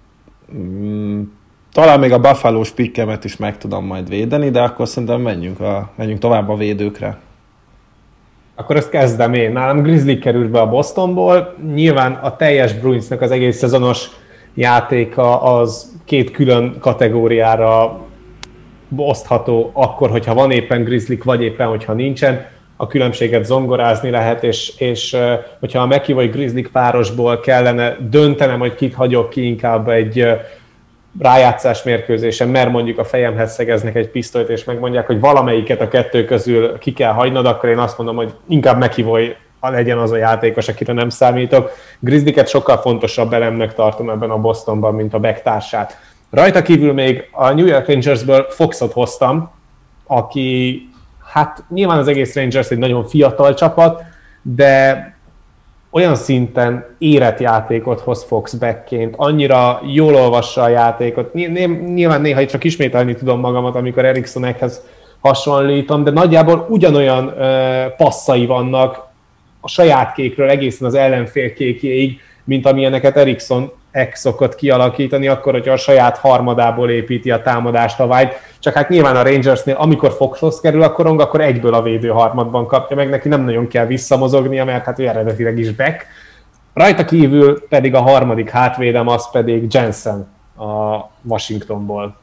Talán még a Buffalo-s pikkemet is meg tudom majd védeni, de akkor szerintem menjünk, a, menjünk tovább a védőkre. Akkor ezt kezdem én. Nálam Grizzly került be a Bostonból. Nyilván a teljes Bruinsnak az egész szezonos játéka az két külön kategóriára osztható akkor, hogyha van éppen Grizzly, vagy éppen, hogyha nincsen. A különbséget zongorázni lehet, és, és hogyha a Meki vagy Grizzly párosból kellene döntenem, hogy kit hagyok ki inkább egy rájátszás mérkőzésen, mert mondjuk a fejemhez szegeznek egy pisztolyt, és megmondják, hogy valamelyiket a kettő közül ki kell hagynod, akkor én azt mondom, hogy inkább McEvoy legyen az a játékos, akire nem számítok. Grizzlyket sokkal fontosabb elemnek tartom ebben a Bostonban, mint a backtársát. Rajta kívül még a New York Rangersből Foxot hoztam, aki, hát nyilván az egész Rangers egy nagyon fiatal csapat, de olyan szinten érett játékot hoz Fox backként, annyira jól olvassa a játékot. Nyilván néha itt csak ismételni tudom magamat, amikor Erikssonekhez hasonlítom, de nagyjából ugyanolyan uh, passzai vannak a saját kékről egészen az ellenfél kékjéig, mint amilyeneket Eriksson ek szokott kialakítani, akkor, hogyha a saját harmadából építi a támadást a White. Csak hát nyilván a Rangersnél, amikor Foxhoz kerül a korong, akkor egyből a védő harmadban kapja meg, neki nem nagyon kell visszamozognia, mert hát ő eredetileg is back. Rajta kívül pedig a harmadik hátvédem, az pedig Jensen a Washingtonból.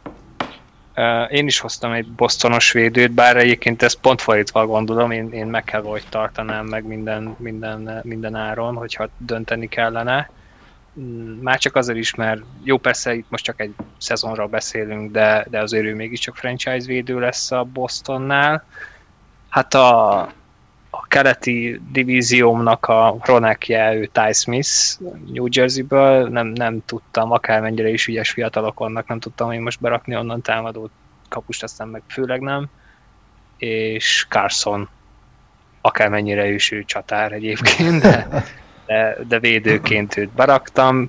Én is hoztam egy bostonos védőt, bár egyébként ezt pont fordítva gondolom, én, én McEvoyt tartanám meg minden, minden, minden áron, hogyha dönteni kellene. Már csak azért is, mert jó, persze itt most csak egy szezonról beszélünk, de, de azért ő mégiscsak franchise védő lesz a Bostonnál. Hát a, a keleti divíziómnak a ronekje, ő Ty Smith New Jerseyből, nem, nem tudtam, akármennyire is ügyes fiatalok vannak, nem tudtam én most berakni onnan támadó kapust, aztán meg főleg nem. És Carson, akármennyire is ő csatár egyébként, de De, de védőként őt beraktam.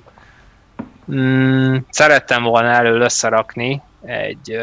Mm, szerettem volna elől összerakni egy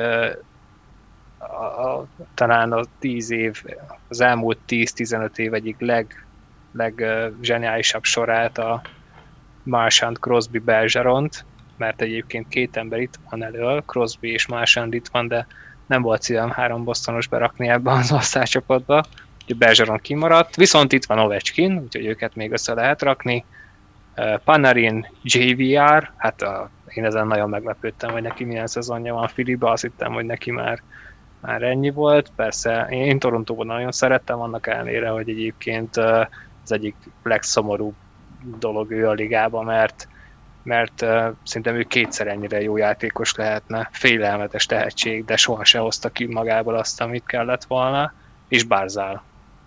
a, a, talán a tíz év, az elmúlt tíz-tizenöt év egyik leg, leg zseniálisabb sorát, a Marchand, Crosby, Bergeront, mert egyébként két ember itt van elől, Crosby és Marchand itt van, de nem volt szívem három bostonos berakni ebbe az osztálycsoportba. Bergeron kimaradt, viszont itt van Ovechkin, úgyhogy őket még össze lehet rakni. Panarin, jé vé er, hát a, én ezen nagyon meglepődtem, hogy neki milyen szezonja van Phillybe, azt hittem, hogy neki már, már ennyi volt. Persze én Torontóban nagyon szerettem, annak ellenére, hogy egyébként az egyik legszomorúbb dolog ő a ligában, mert, mert szerintem ő kétszer ennyire jó játékos lehetne, félelmetes tehetség, de soha se hozta ki magából azt, amit kellett volna, és Barzal.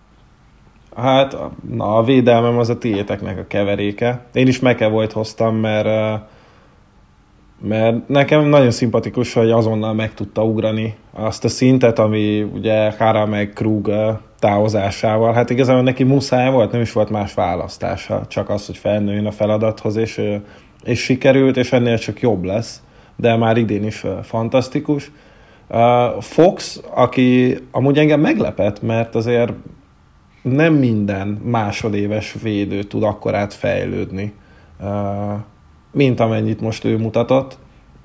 Hát, na, a védelmem az a tiéteknek a keveréke. Én is McEvoyt hoztam, mert, mert nekem nagyon szimpatikus, hogy azonnal meg tudta ugrani azt a szintet, ami ugye Hara meg Krug távozásával. Hát igazából neki muszáj volt, nem is volt más választása, csak az, hogy felnőjön a feladathoz, és, és sikerült, és ennél csak jobb lesz, de már idén is fantasztikus. Fox, aki amúgy engem meglepett, mert azért nem minden másodéves védő tud akkorát fejlődni, mint amennyit most ő mutatott.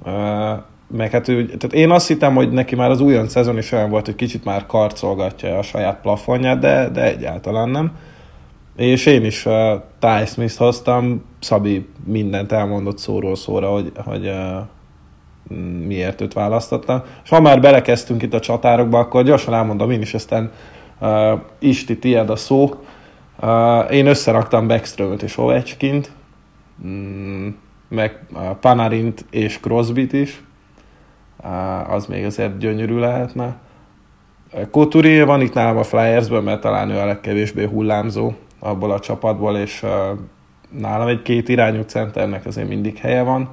Meg hát ő, tehát én azt hittem, hogy neki már az újonc szezon is olyan volt, hogy kicsit már karcolgatja a saját plafonját, de, de egyáltalán nem. És én is uh, Ty Smith hoztam, Szabi mindent elmondott szóról szóra, hogy, hogy uh, miért őt választottam. És ha már belekezdtünk itt a csatárokba, akkor gyorsan elmondom én is, aztán uh, Isti, tiéd a szó. Uh, én összeraktam Backströmöt és Ovechkint, mm, meg uh, Panarint és Crosbyt is. Uh, az még azért gyönyörű lehetne. Uh, Couturier van itt nálam a Flyersből, mert talán ő a legkevésbé hullámzó abból a csapatból, és uh, nálam egy két irányú centernek azért mindig helye van.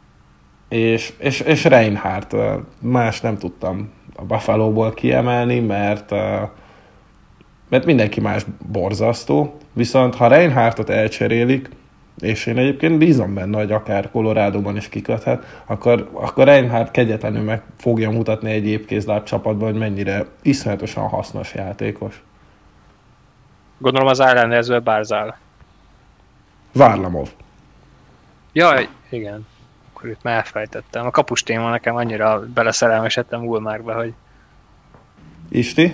És, és, és Reinhardt, uh, más nem tudtam a Buffalo-ból kiemelni, mert, uh, mert mindenki más borzasztó. Viszont ha Reinhardtot elcserélik, és én egyébként bízom benne, hogy akár Colorado-ban is kiköthet, akkor, akkor Reinhardt kegyetlenül meg fogja mutatni egy épkézláb csapatban, hogy mennyire iszonyatosan hasznos játékos. Gondolom az Islandersből Barzal. Varlamov. Jaj, igen. Akkor itt már elfelejtettem. A kapus téma nekem annyira beleszerelmesedtem Ulmárba, hogy... Isti?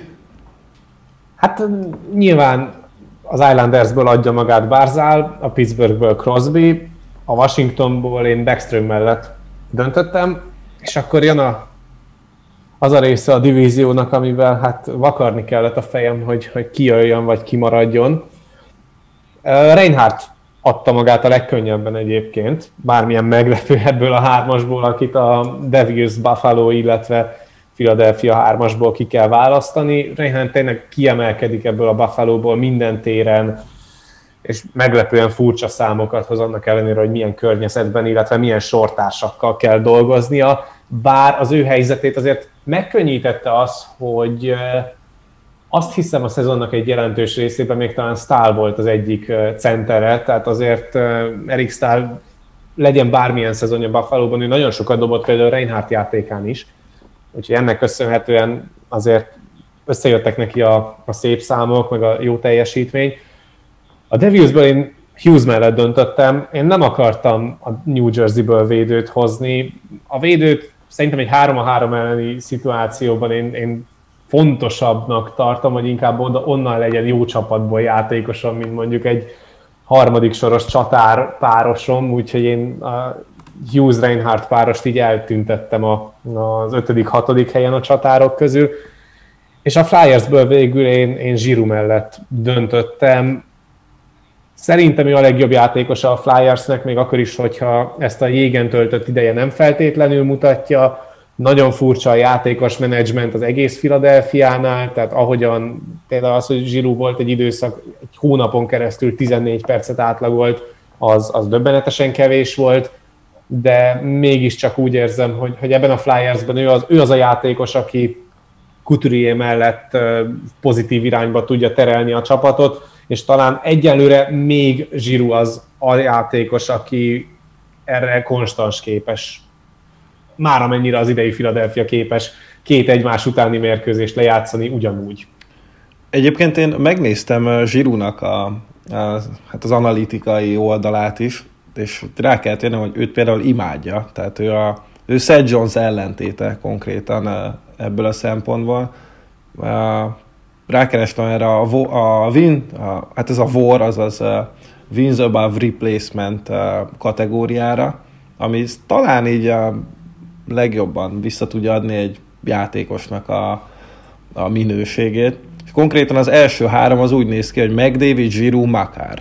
Hát nyilván az Islandersből adja magát Barzal, a Pittsburghből Crosby, a Washingtonból én Backstrom mellett döntöttem, és akkor jön a az a része a divíziónak, amivel hát vakarni kellett a fejem, hogy, hogy ki jöjjön, vagy kimaradjon. Reinhardt adta magát a legkönnyebben egyébként, bármilyen meglepő ebből a hármasból, akit a Devils, Buffalo, illetve Philadelphia hármasból ki kell választani. Reinhardt tényleg kiemelkedik ebből a Buffalóból minden téren, és meglepően furcsa számokat hoz annak ellenére, hogy milyen környezetben, illetve milyen sortársakkal kell dolgoznia. Bár az ő helyzetét azért megkönnyítette az, hogy azt hiszem a szezonnak egy jelentős részében még talán Stahl volt az egyik centere, tehát azért Erik Stahl legyen bármilyen szezonja Buffalóban, ő nagyon sokat dobott például Reinhardt játékán is, úgyhogy ennek köszönhetően azért összejöttek neki a, a szép számok, meg a jó teljesítmény. A Devilsből én Hughes mellett döntöttem, én nem akartam a New Jerseyből védőt hozni. A védőt szerintem egy három a három elleni szituációban én, én fontosabbnak tartom, hogy inkább onnan legyen jó csapatból játékosom, mint mondjuk egy harmadik soros csatár párosom, úgyhogy én a Hughes-Reinhardt párost így eltüntettem a, az ötödik, hatodik helyen a csatárok közül, és a Flyersből végül én, én Giroux mellett döntöttem. Szerintem ő a legjobb játékosa a Flyersnek, még akkor is, hogyha ezt a jégen töltött ideje nem feltétlenül mutatja. Nagyon furcsa a játékos menedzsment az egész Philadelphiánál, tehát ahogyan például az, hogy Giroux volt egy időszak, egy hónapon keresztül tizennégy percet átlagolt, az, az döbbenetesen kevés volt, de mégiscsak úgy érzem, hogy, hogy ebben a Flyersben ő az, ő az a játékos, aki Couturier mellett pozitív irányba tudja terelni a csapatot, és talán egyelőre még Giroux az a játékos, aki erre konstans képes. Már amennyire az idei Philadelphia képes két egymás utáni mérkőzést lejátszani ugyanúgy. Egyébként én megnéztem Giroux-nak a, a, hát az analitikai oldalát is, és rá kell térnem, hogy őt például imádja, tehát ő, a, ő Seth Jones ellentéte konkrétan ebből a szempontból. Rákerestem erre a, a win, a, hát ez a W A R, azaz a Wins Above Replacement kategóriára, ami talán így a legjobban vissza tudja adni egy játékosnak a, a minőségét. És konkrétan az első három az úgy néz ki, hogy McDavid, Giroux, Makar.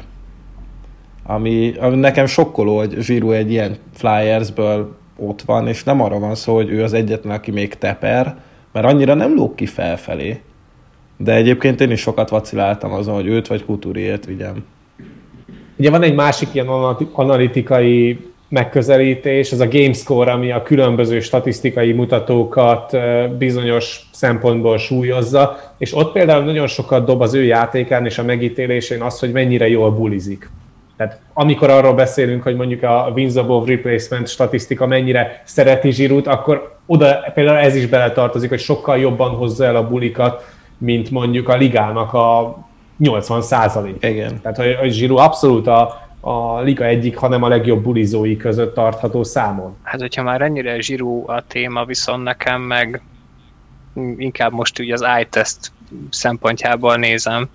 Ami, ami nekem sokkoló, hogy Giroux egy ilyen Flyersből ott van, és nem arra van szó, hogy ő az egyetlen, aki még teper, mert annyira nem lóg ki felfelé. De egyébként én is sokat vaciláltam azon, hogy őt vagy Couturiert vigyem. Ugye van egy másik ilyen analitikai megközelítés, ez a GameScore, ami a különböző statisztikai mutatókat bizonyos szempontból súlyozza, és ott például nagyon sokat dob az ő játékán és a megítélésén az, hogy mennyire jól bulizik. Tehát amikor arról beszélünk, hogy mondjuk a Wins Above Replacement statisztika mennyire szereti Giroux-t, akkor oda például ez is beletartozik, hogy sokkal jobban hozza el a bulikat, mint mondjuk a ligának a nyolcvan százalék. Igen. Tehát, hogy, hogy Giroux abszolút a, a liga egyik, hanem a legjobb bulizói között tartható számon. Hát, hogyha már ennyire Giroux a téma, viszont nekem meg inkább most ugye az eye test szempontjából nézem,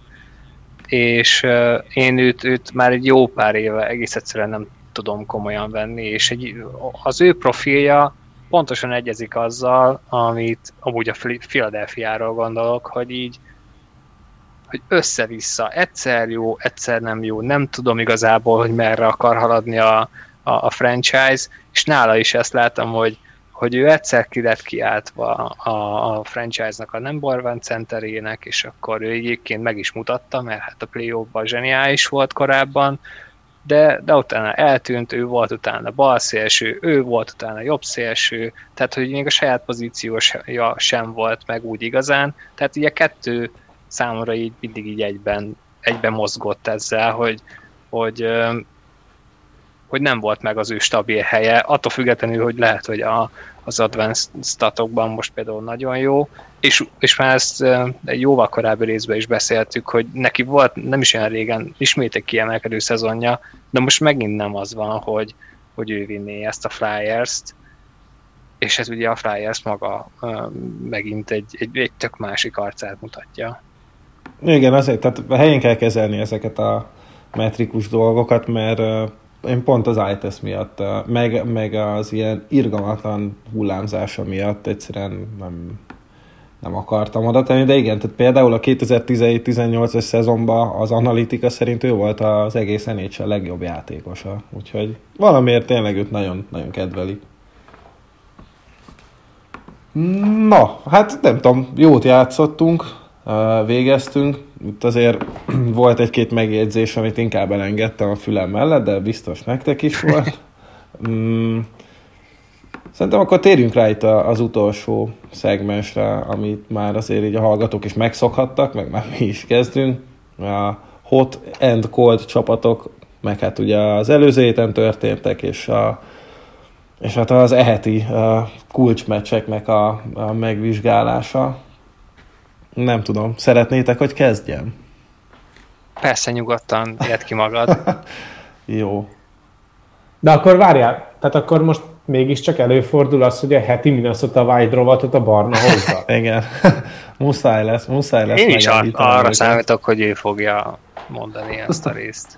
és uh, én őt, őt már egy jó pár éve egész egyszerűen nem tudom komolyan venni, és egy, az ő profilja pontosan egyezik azzal, amit amúgy a Philadelphiáról gondolok, hogy így hogy össze-vissza, egyszer jó, egyszer nem jó, nem tudom igazából, hogy merre akar haladni a, a, a franchise, és nála is ezt látom, hogy, hogy ő egyszer ki lett kiáltva a, a franchise-nak a number one centerének, és akkor ő egyébként meg is mutatta, mert hát a play-offban zseniális volt korábban, de, de utána eltűnt, ő volt utána bal szélső, ő volt utána jobb szélső, tehát hogy még a saját pozíciója sem volt meg úgy igazán, tehát ugye kettő számomra így mindig így egyben, egyben mozgott ezzel, hogy, hogy, hogy nem volt meg az ő stabil helye, attól függetlenül, hogy lehet, hogy a, az advanced statokban most például nagyon jó, és, és már ezt egy jóval korábbi részben is beszéltük, hogy neki volt nem is olyan régen ismét egy kiemelkedő szezonja, de most megint nem az van, hogy, hogy ő vinné ezt a Flyers-t, és ez ugye a Flyers maga megint egy, egy, egy tök másik arcát mutatja. Igen, azért, tehát helyén kell kezelni ezeket a metrikus dolgokat, mert én pont az i té e es miatt, meg, meg az ilyen irgalmatlan hullámzása miatt egyszerűen nem, nem akartam oda tenni, de igen, tehát például a kétezer-tizenhét tizennyolcas szezonban az analitika szerint ő volt az egész en há el legjobb játékosa, úgyhogy valamiért tényleg őt nagyon, nagyon kedvelik. Na, hát nem tudom, jót játszottunk, végeztünk, itt azért volt egy-két megjegyzés, amit inkább elengedtem a fülem mellett, de biztos nektek is volt. Mm. Szerintem akkor térjünk rá itt az utolsó szegmensre, amit már azért így a hallgatók is megszokhattak, meg már mi is kezdünk. A hot and cold csapatok, meg hát ugye az előző héten történtek, és, a, és hát az eheti kulcsmeccseknek a, a megvizsgálása. Nem tudom, szeretnétek, hogy kezdjem? Persze, nyugodtan, ilyet ki magad. Jó. De akkor várjál, tehát akkor most mégiscsak előfordul az, hogy a heti Minnesota Wild rovatot a Barna hozza. Igen, muszáj lesz, muszáj lesz. Én is ar- arra számítok, hogy ő fogja mondani ezt a részt.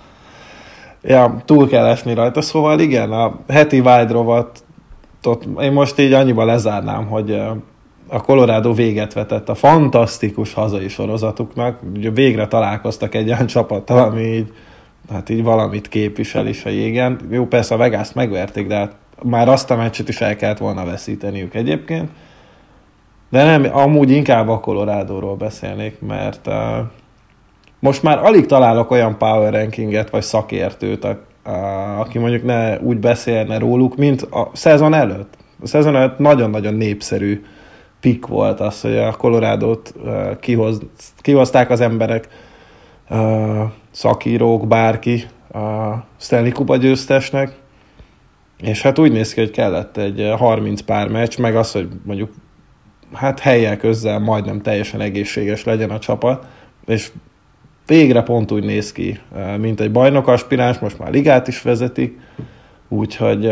Ja, túl kell esni rajta, szóval igen, a heti Wild rovatot én most így annyiba lezárnám, hogy a Colorado véget vetett a fantasztikus hazai sorozatuknak. Ugye végre találkoztak egy olyan csapattal, ami így, hát így valamit képvisel is a jégen. Jó, persze a Vegas-t megverték, de hát már azt a meccset is el kellett volna veszíteniük egyébként. De nem, amúgy inkább a Colorado-ról beszélnék, mert uh, most már alig találok olyan power rankinget, vagy szakértőt, a, a, aki mondjuk ne úgy beszélne róluk, mint a szezon előtt. A szezon előtt nagyon-nagyon népszerű pick volt az, hogy a Colorado-t uh, kihoz, kihozták az emberek, uh, szakírók, bárki a Stanley Kupa győztesnek, és hát úgy néz ki, hogy kellett egy harminc pár meccs, meg az, hogy mondjuk hát helyek közzel majdnem teljesen egészséges legyen a csapat, és végre pont úgy néz ki, mint egy bajnok aspiráns, most már ligát is vezetik, úgyhogy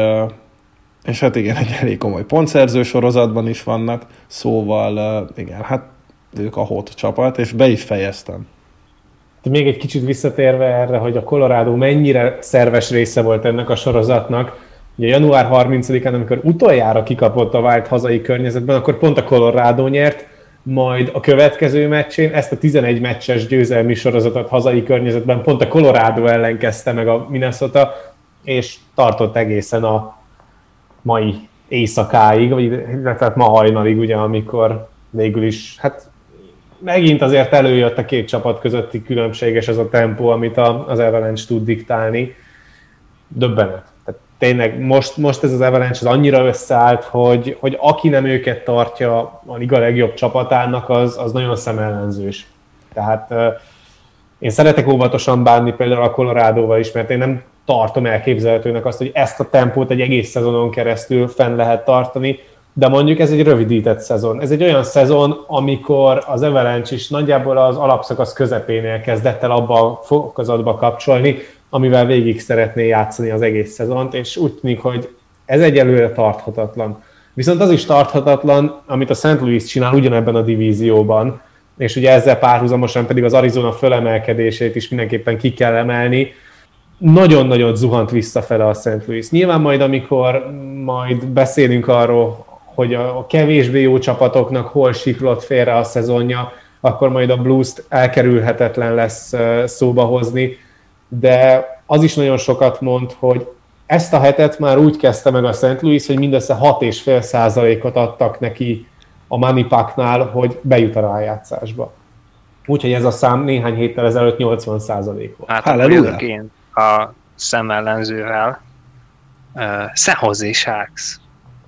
és hát igen, egy elég komoly pontszerző sorozatban is vannak, szóval igen, hát ők a hot csapat, és be is fejeztem. Még egy kicsit visszatérve erre, hogy a Colorado mennyire szerves része volt ennek a sorozatnak. Ugye január harmincadikán, amikor utoljára kikapott a Wild hazai környezetben, akkor pont a Colorado nyert, majd a következő meccsén ezt a tizenegy meccses győzelmi sorozatot hazai környezetben pont a Colorado ellen kezdte meg a Minnesota, és tartott egészen a mai éjszakáig, vagy illetve ma hajnalig, ugye, amikor végül is, hát megint azért előjött a két csapat közötti különbséges ez a tempó, amit az Avalanche tud diktálni. Döbbenet. Tehát tényleg most, most ez az Avalanche az annyira összeállt, hogy, hogy aki nem őket tartja a liga legjobb csapatának, az, az nagyon szemellenzős. Tehát uh, én szeretek óvatosan bánni például a Colorado-val is, mert én nem tartom elképzelhetőnek azt, hogy ezt a tempót egy egész szezonon keresztül fenn lehet tartani, de mondjuk ez egy rövidített szezon. Ez egy olyan szezon, amikor az Avalanche is nagyjából az alapszakasz közepénél kezdett el abba a fokozatba kapcsolni, amivel végig szeretné játszani az egész szezont, és úgy tűnik, hogy ez egyelőre tarthatatlan. Viszont az is tarthatatlan, amit a Saint Louis csinál ugyanebben a divízióban, és ugye ezzel párhuzamosan pedig az Arizona fölemelkedését is mindenképpen ki kell emelni. Nagyon-nagyon zuhant visszafele a Saint Louis. Nyilván majd, amikor majd beszélünk arról, hogy a kevésbé jó csapatoknak hol siklott félre a szezonja, akkor majd a Blues-t elkerülhetetlen lesz szóba hozni, de az is nagyon sokat mond, hogy ezt a hetet már úgy kezdte meg a Saint Louis, hogy mindössze hat egész öt százalékot adtak neki a Money Pucknál, hogy bejut a rájátszásba. Úgyhogy ez a szám néhány héttel ezelőtt nyolcvan százalék volt. Hát akkor jövök én a szemellenzővel. Uh, San Jose Sharks.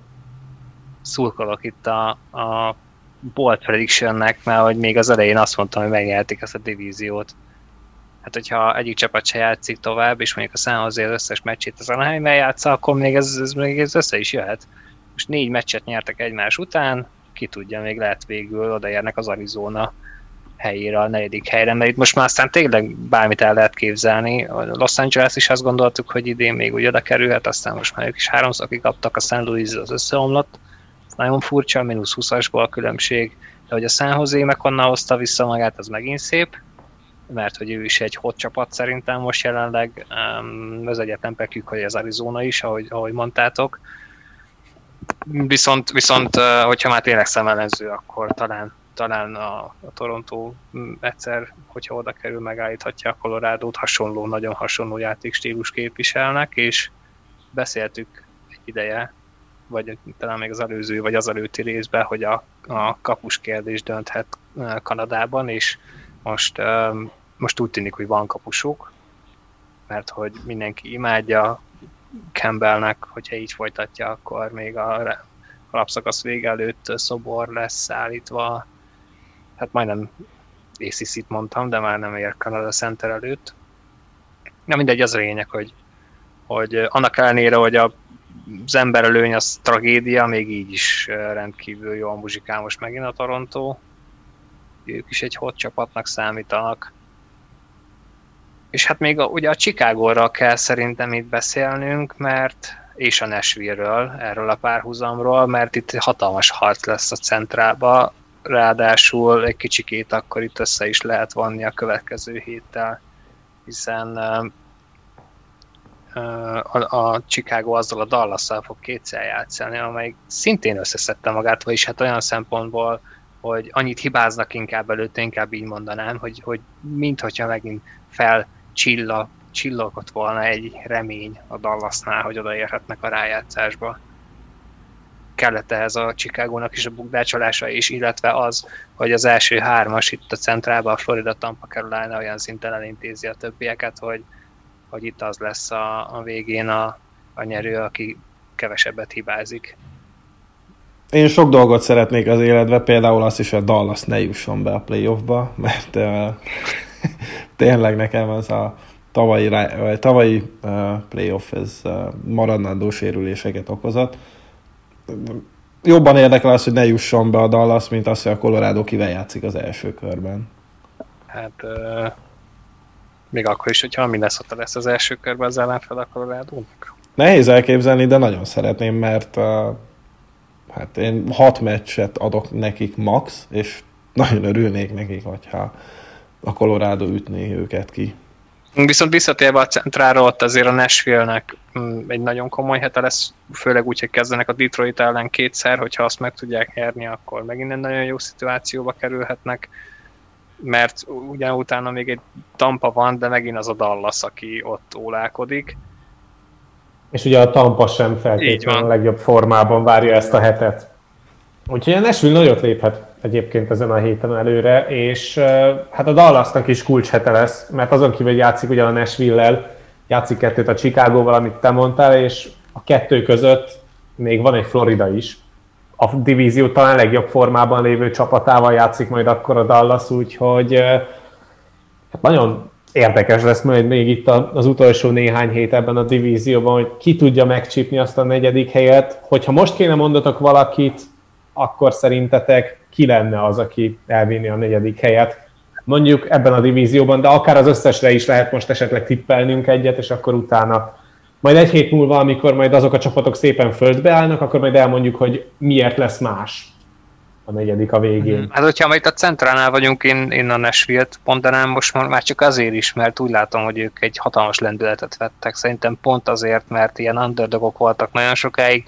Szurkolok itt a, a bold predictionnek, mert hogy még az elején azt mondtam, hogy megnyerték ezt a divíziót. Hát, hogyha egyik csapat se játszik tovább, és mondjuk a San Jose az összes meccsét az Anaheim-mel játsza, akkor még ez, ez, még ez össze is jöhet. Most négy meccset nyertek egymás után, ki tudja, még lehet végül odaérnek az Arizona helyére, a negyedik helyre, mert itt most már aztán tényleg bármit el lehet képzelni. A Los Angeles is azt gondoltuk, hogy idén még úgy oda kerülhet, aztán most már ők is háromszor kikaptak, a Saint Louis az összeomlott. Nagyon furcsa, mínusz húszasból a különbség, de hogy a San Jose meg honnan hozta vissza magát, az megint szép. mert hogy ő is egy hot csapat szerintem most jelenleg. Az egyetlen pekjük, hogy az Arizona is, ahogy, ahogy mondtátok. Viszont, viszont, hogyha már tényleg szemellenző, akkor talán, talán a, a Toronto egyszer, hogyha oda kerül, megállíthatja a Colorado-t, hasonló, nagyon hasonló játékstílus képviselnek, és beszéltük egy ideje, vagy talán még az előző, vagy az előtti részben, hogy a, a kapus kérdés dönthet Kanadában, és most, most úgy tűnik, hogy van kapusuk, mert hogy mindenki imádja Campbellnek, hogyha így folytatja, akkor még a alapszakasz vége előtt szobor lesz állítva, hát majdnem á cé cét mondtam, de már nem ér Canada Center előtt. Na mindegy, az a lényeg, hogy, hogy annak ellenére, hogy a, az emberölőny az tragédia, még így is rendkívül jól muzsikál most megint a Toronto. Ők is egy hot csapatnak számítanak. És hát még a, ugye a Chicagóra kell szerintem itt beszélnünk, mert és a Nashville-ről, erről a párhuzamról, mert itt hatalmas harc lesz a centrálba, ráadásul egy kicsikét akkor itt össze is lehet vonni a következő héttel, hiszen uh, a, a Chicago azzal a Dallasszal fog kétszer játszani, amely szintén összeszedte magát, vagyis hát olyan szempontból, hogy annyit hibáznak inkább előtte, inkább így mondanám, hogy, hogy minthogyha megint fel csilla, csillogott volna egy remény a Dallasnál, hogy odaérhetnek a rájátszásba. Kellett ehhez a Chicagónak is a bukdácsolása is, illetve az, hogy az első hármas itt a centrálban, a Florida, Tampa, Carolina olyan szinten elintézi a többieket, hogy, hogy itt az lesz a, a végén a, a nyerő, aki kevesebbet hibázik. Én sok dolgot szeretnék az életbe, például azt is, hogy a Dallas ne jusson be a playoffba, mert uh, tényleg nekem az a tavalyi, vagy tavalyi uh, playoff ez uh, maradandó sérüléseket okozott. Jobban érdekel az, hogy ne jusson be a Dallas, mint az, hogy a Colorado kivel játszik az első körben. Hát uh, még akkor is, hogyha Minnesota lesz az első körben az ellenfel a Colorado-nak. Nehéz elképzelni, de nagyon szeretném, mert uh, hát én hat meccset adok nekik max, és nagyon örülnék nekik, hogyha a Colorado ütné őket ki. Viszont visszatérve a centrára, ott azért a Nashville-nek egy nagyon komoly hete lesz, főleg úgy, hogy kezdenek a Detroit ellen kétszer, hogyha azt meg tudják nyerni, akkor megint egy nagyon jó szituációba kerülhetnek, mert ugyan utána még egy Tampa van, de megint az a Dallas, aki ott ólálkodik. És ugye a Tampa sem feltétlenül a legjobb formában várja ezt a hetet. Úgyhogy a Nashville nagyot léphet egyébként ezen a héten előre, és hát a Dallasnak is kulcshete lesz, mert azon kívül játszik ugye a Nashville-lel, játszik kettőt a Chicagóval, amit te mondtál, és a kettő között még van egy Florida is. A divízió talán legjobb formában lévő csapatával játszik majd akkor a Dallas, úgyhogy hát nagyon érdekes lesz majd még itt az utolsó néhány hét ebben a divízióban, hogy ki tudja megcsípni azt a negyedik helyet. Hogyha most kéne mondatok valakit, akkor szerintetek ki lenne az, aki elvinni a negyedik helyet? Mondjuk ebben a divízióban, de akár az összesre is lehet most esetleg tippelnünk egyet, és akkor utána majd egy hét múlva, amikor majd azok a csapatok szépen földbe állnak, akkor majd elmondjuk, hogy miért lesz más a negyedik a végén. Hát, hogyha majd a centránál vagyunk, én, én a Nashville-t mondanám most már csak azért is, mert úgy látom, hogy ők egy hatalmas lendületet vettek. Szerintem pont azért, mert ilyen underdogok voltak nagyon sokáig,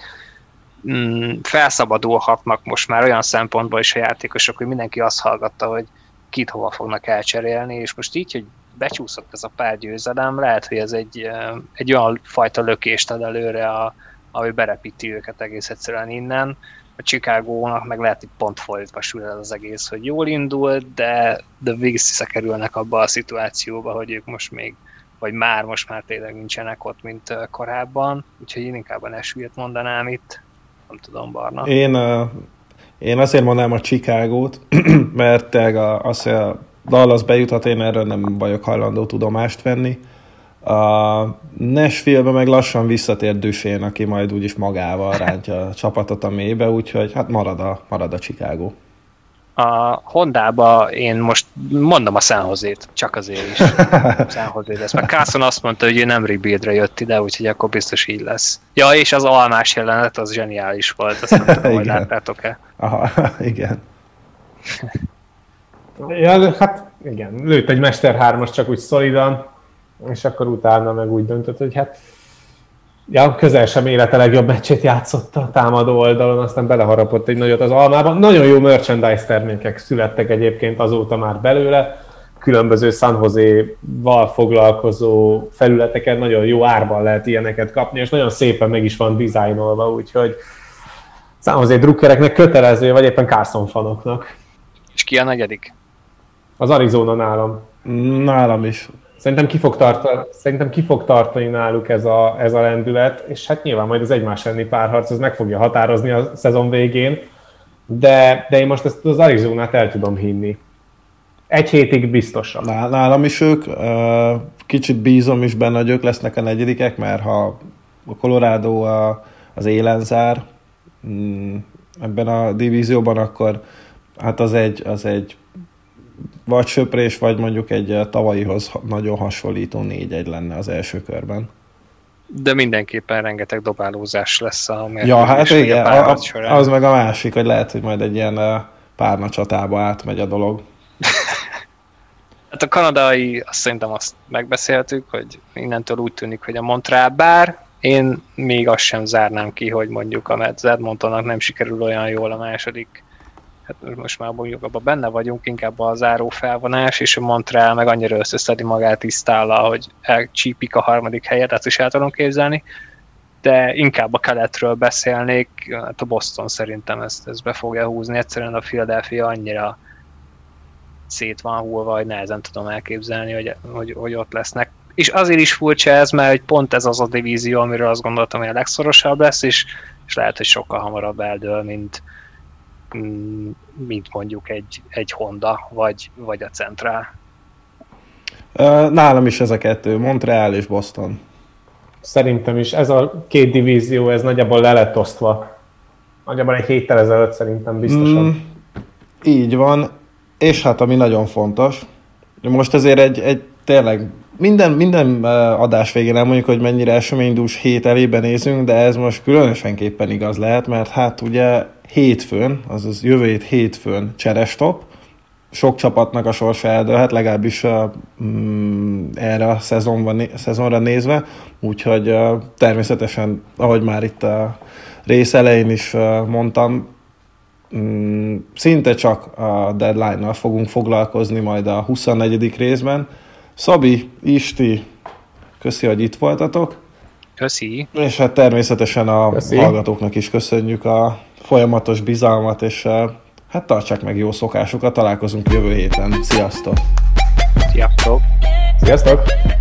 mm, felszabadulhatnak most már olyan szempontból is a játékosok, hogy mindenki azt hallgatta, hogy kit hova fognak elcserélni, és most így, hogy becsúszott ez a pár győzelem, lehet, hogy ez egy, egy olyan fajta lökést ad előre, a, ami berepíti őket egész egyszerűen innen. A Chicagónak meg lehet, hogy pont fordítva sül el az egész, hogy jól indult, de, de visszakerülnek abba a szituációba, hogy ők most még, vagy már most már tényleg nincsenek ott, mint korábban. Úgyhogy én inkább a Nashville-t mondanám itt. Nem tudom, Barna. Én, uh, én azért mondanám a Chicagót, mert az, hogy a Dallas bejuthat, én erről nem vagyok hajlandó tudomást venni. A Nashville-be meg lassan visszatér Duchesne, aki majd úgyis magával rántja a csapatot a mélybe, úgyhogy hát marad a, marad a Chicago. A Hondába én most mondom a San Jose-t, csak azért is. San Jose lesz. Mert Carson azt mondta, hogy ő nem rebuildre jött ide, úgyhogy akkor biztos így lesz. Ja, és az almás jelenet, az zseniális volt, azt nem tudom, hogy láttátok-e. Aha, igen. Ja, hát igen, lőtt egy Mester hármas csak úgy szolidan, és akkor utána meg úgy döntött, hogy hát ja, közel sem élete legjobb meccsét játszotta a támadó oldalon, aztán beleharapott egy nagyot az almában. Nagyon jó merchandise termékek születtek egyébként azóta már belőle, különböző San Jose-val foglalkozó felületeken nagyon jó árban lehet ilyeneket kapni, és nagyon szépen meg is van dizájnolva, úgyhogy San Jose drukkereknek kötelező, vagy éppen Carson fanoknak. És ki a negyedik? Az Arizona nálam. Nálam is. Szerintem ki fog tartani, szerintem ki fog tartani náluk ez a, ez a lendület, és hát nyilván majd az egymás elleni párharc, ez meg fogja határozni a szezon végén, de, de én most ezt az Arizonát el tudom hinni. Egy hétig biztosan. Nálam is ők, kicsit bízom is benne, hogy ők lesznek a negyedikek, mert ha a Colorado az élen zár ebben a divízióban, akkor hát az egy, az egy vagy söprés, vagy mondjuk egy tavalyihoz nagyon hasonlító négy egy lenne az első körben. De mindenképpen rengeteg dobálózás lesz a mérkőzés. Ja, hát igen, a a, az meg a másik, hogy lehet, hogy majd egy ilyen párna csatába átmegy a dolog. Hát a kanadai, azt szerintem azt megbeszéltük, hogy innentől úgy tűnik, hogy a Montreal, bár én még azt sem zárnám ki, hogy mondjuk a Mets Edmontonnak nem sikerül olyan jól a második, hát most már mondjuk abban benne vagyunk, inkább a záró felvonás, és a Montreal meg annyira összeszedi magát tisztállal, hogy elcsípik a harmadik helyet, ezt is el tudom képzelni, de inkább a keletről beszélnék, hát a Boston szerintem ezt, ezt be fogja húzni, egyszerűen a Philadelphia annyira szét van hullva, hogy nehezen tudom elképzelni, hogy, hogy, hogy ott lesznek. És azért is furcsa ez, mert hogy pont ez az a divízió, amiről azt gondoltam, hogy a legszorosabb lesz, és, és lehet, hogy sokkal hamarabb eldől, mint, mint mondjuk egy, egy Honda, vagy, vagy a Central. Nálam is ez a kettő, Montreal és Boston. Szerintem is ez a két divízió, ez nagyjából le lett osztva. Nagyjából egy héttel ezelőtt szerintem biztosan. Mm, így van. És hát ami nagyon fontos, most azért egy, egy tényleg minden, minden adás végén elmondjuk, hogy mennyire eseménydús hét elébe nézünk, de ez most különösenképpen igaz lehet, mert hát ugye hétfőn, azaz jövő hét hétfőn cserestop, sok csapatnak a sorsa eldőlhet, legalábbis mm, erre a szezonban, szezonra nézve, úgyhogy természetesen, ahogy már itt a rész elején is mondtam, szinte csak a deadline-nal fogunk foglalkozni majd a huszonnegyedik részben. Szabi, Isti, köszi, hogy itt voltatok. Köszi. És hát természetesen a köszi. Hallgatóknak is köszönjük a folyamatos bizalmat, és hát tartsák meg jó szokásukat, találkozunk jövő héten. Sziasztok! Sziasztok! Sziasztok!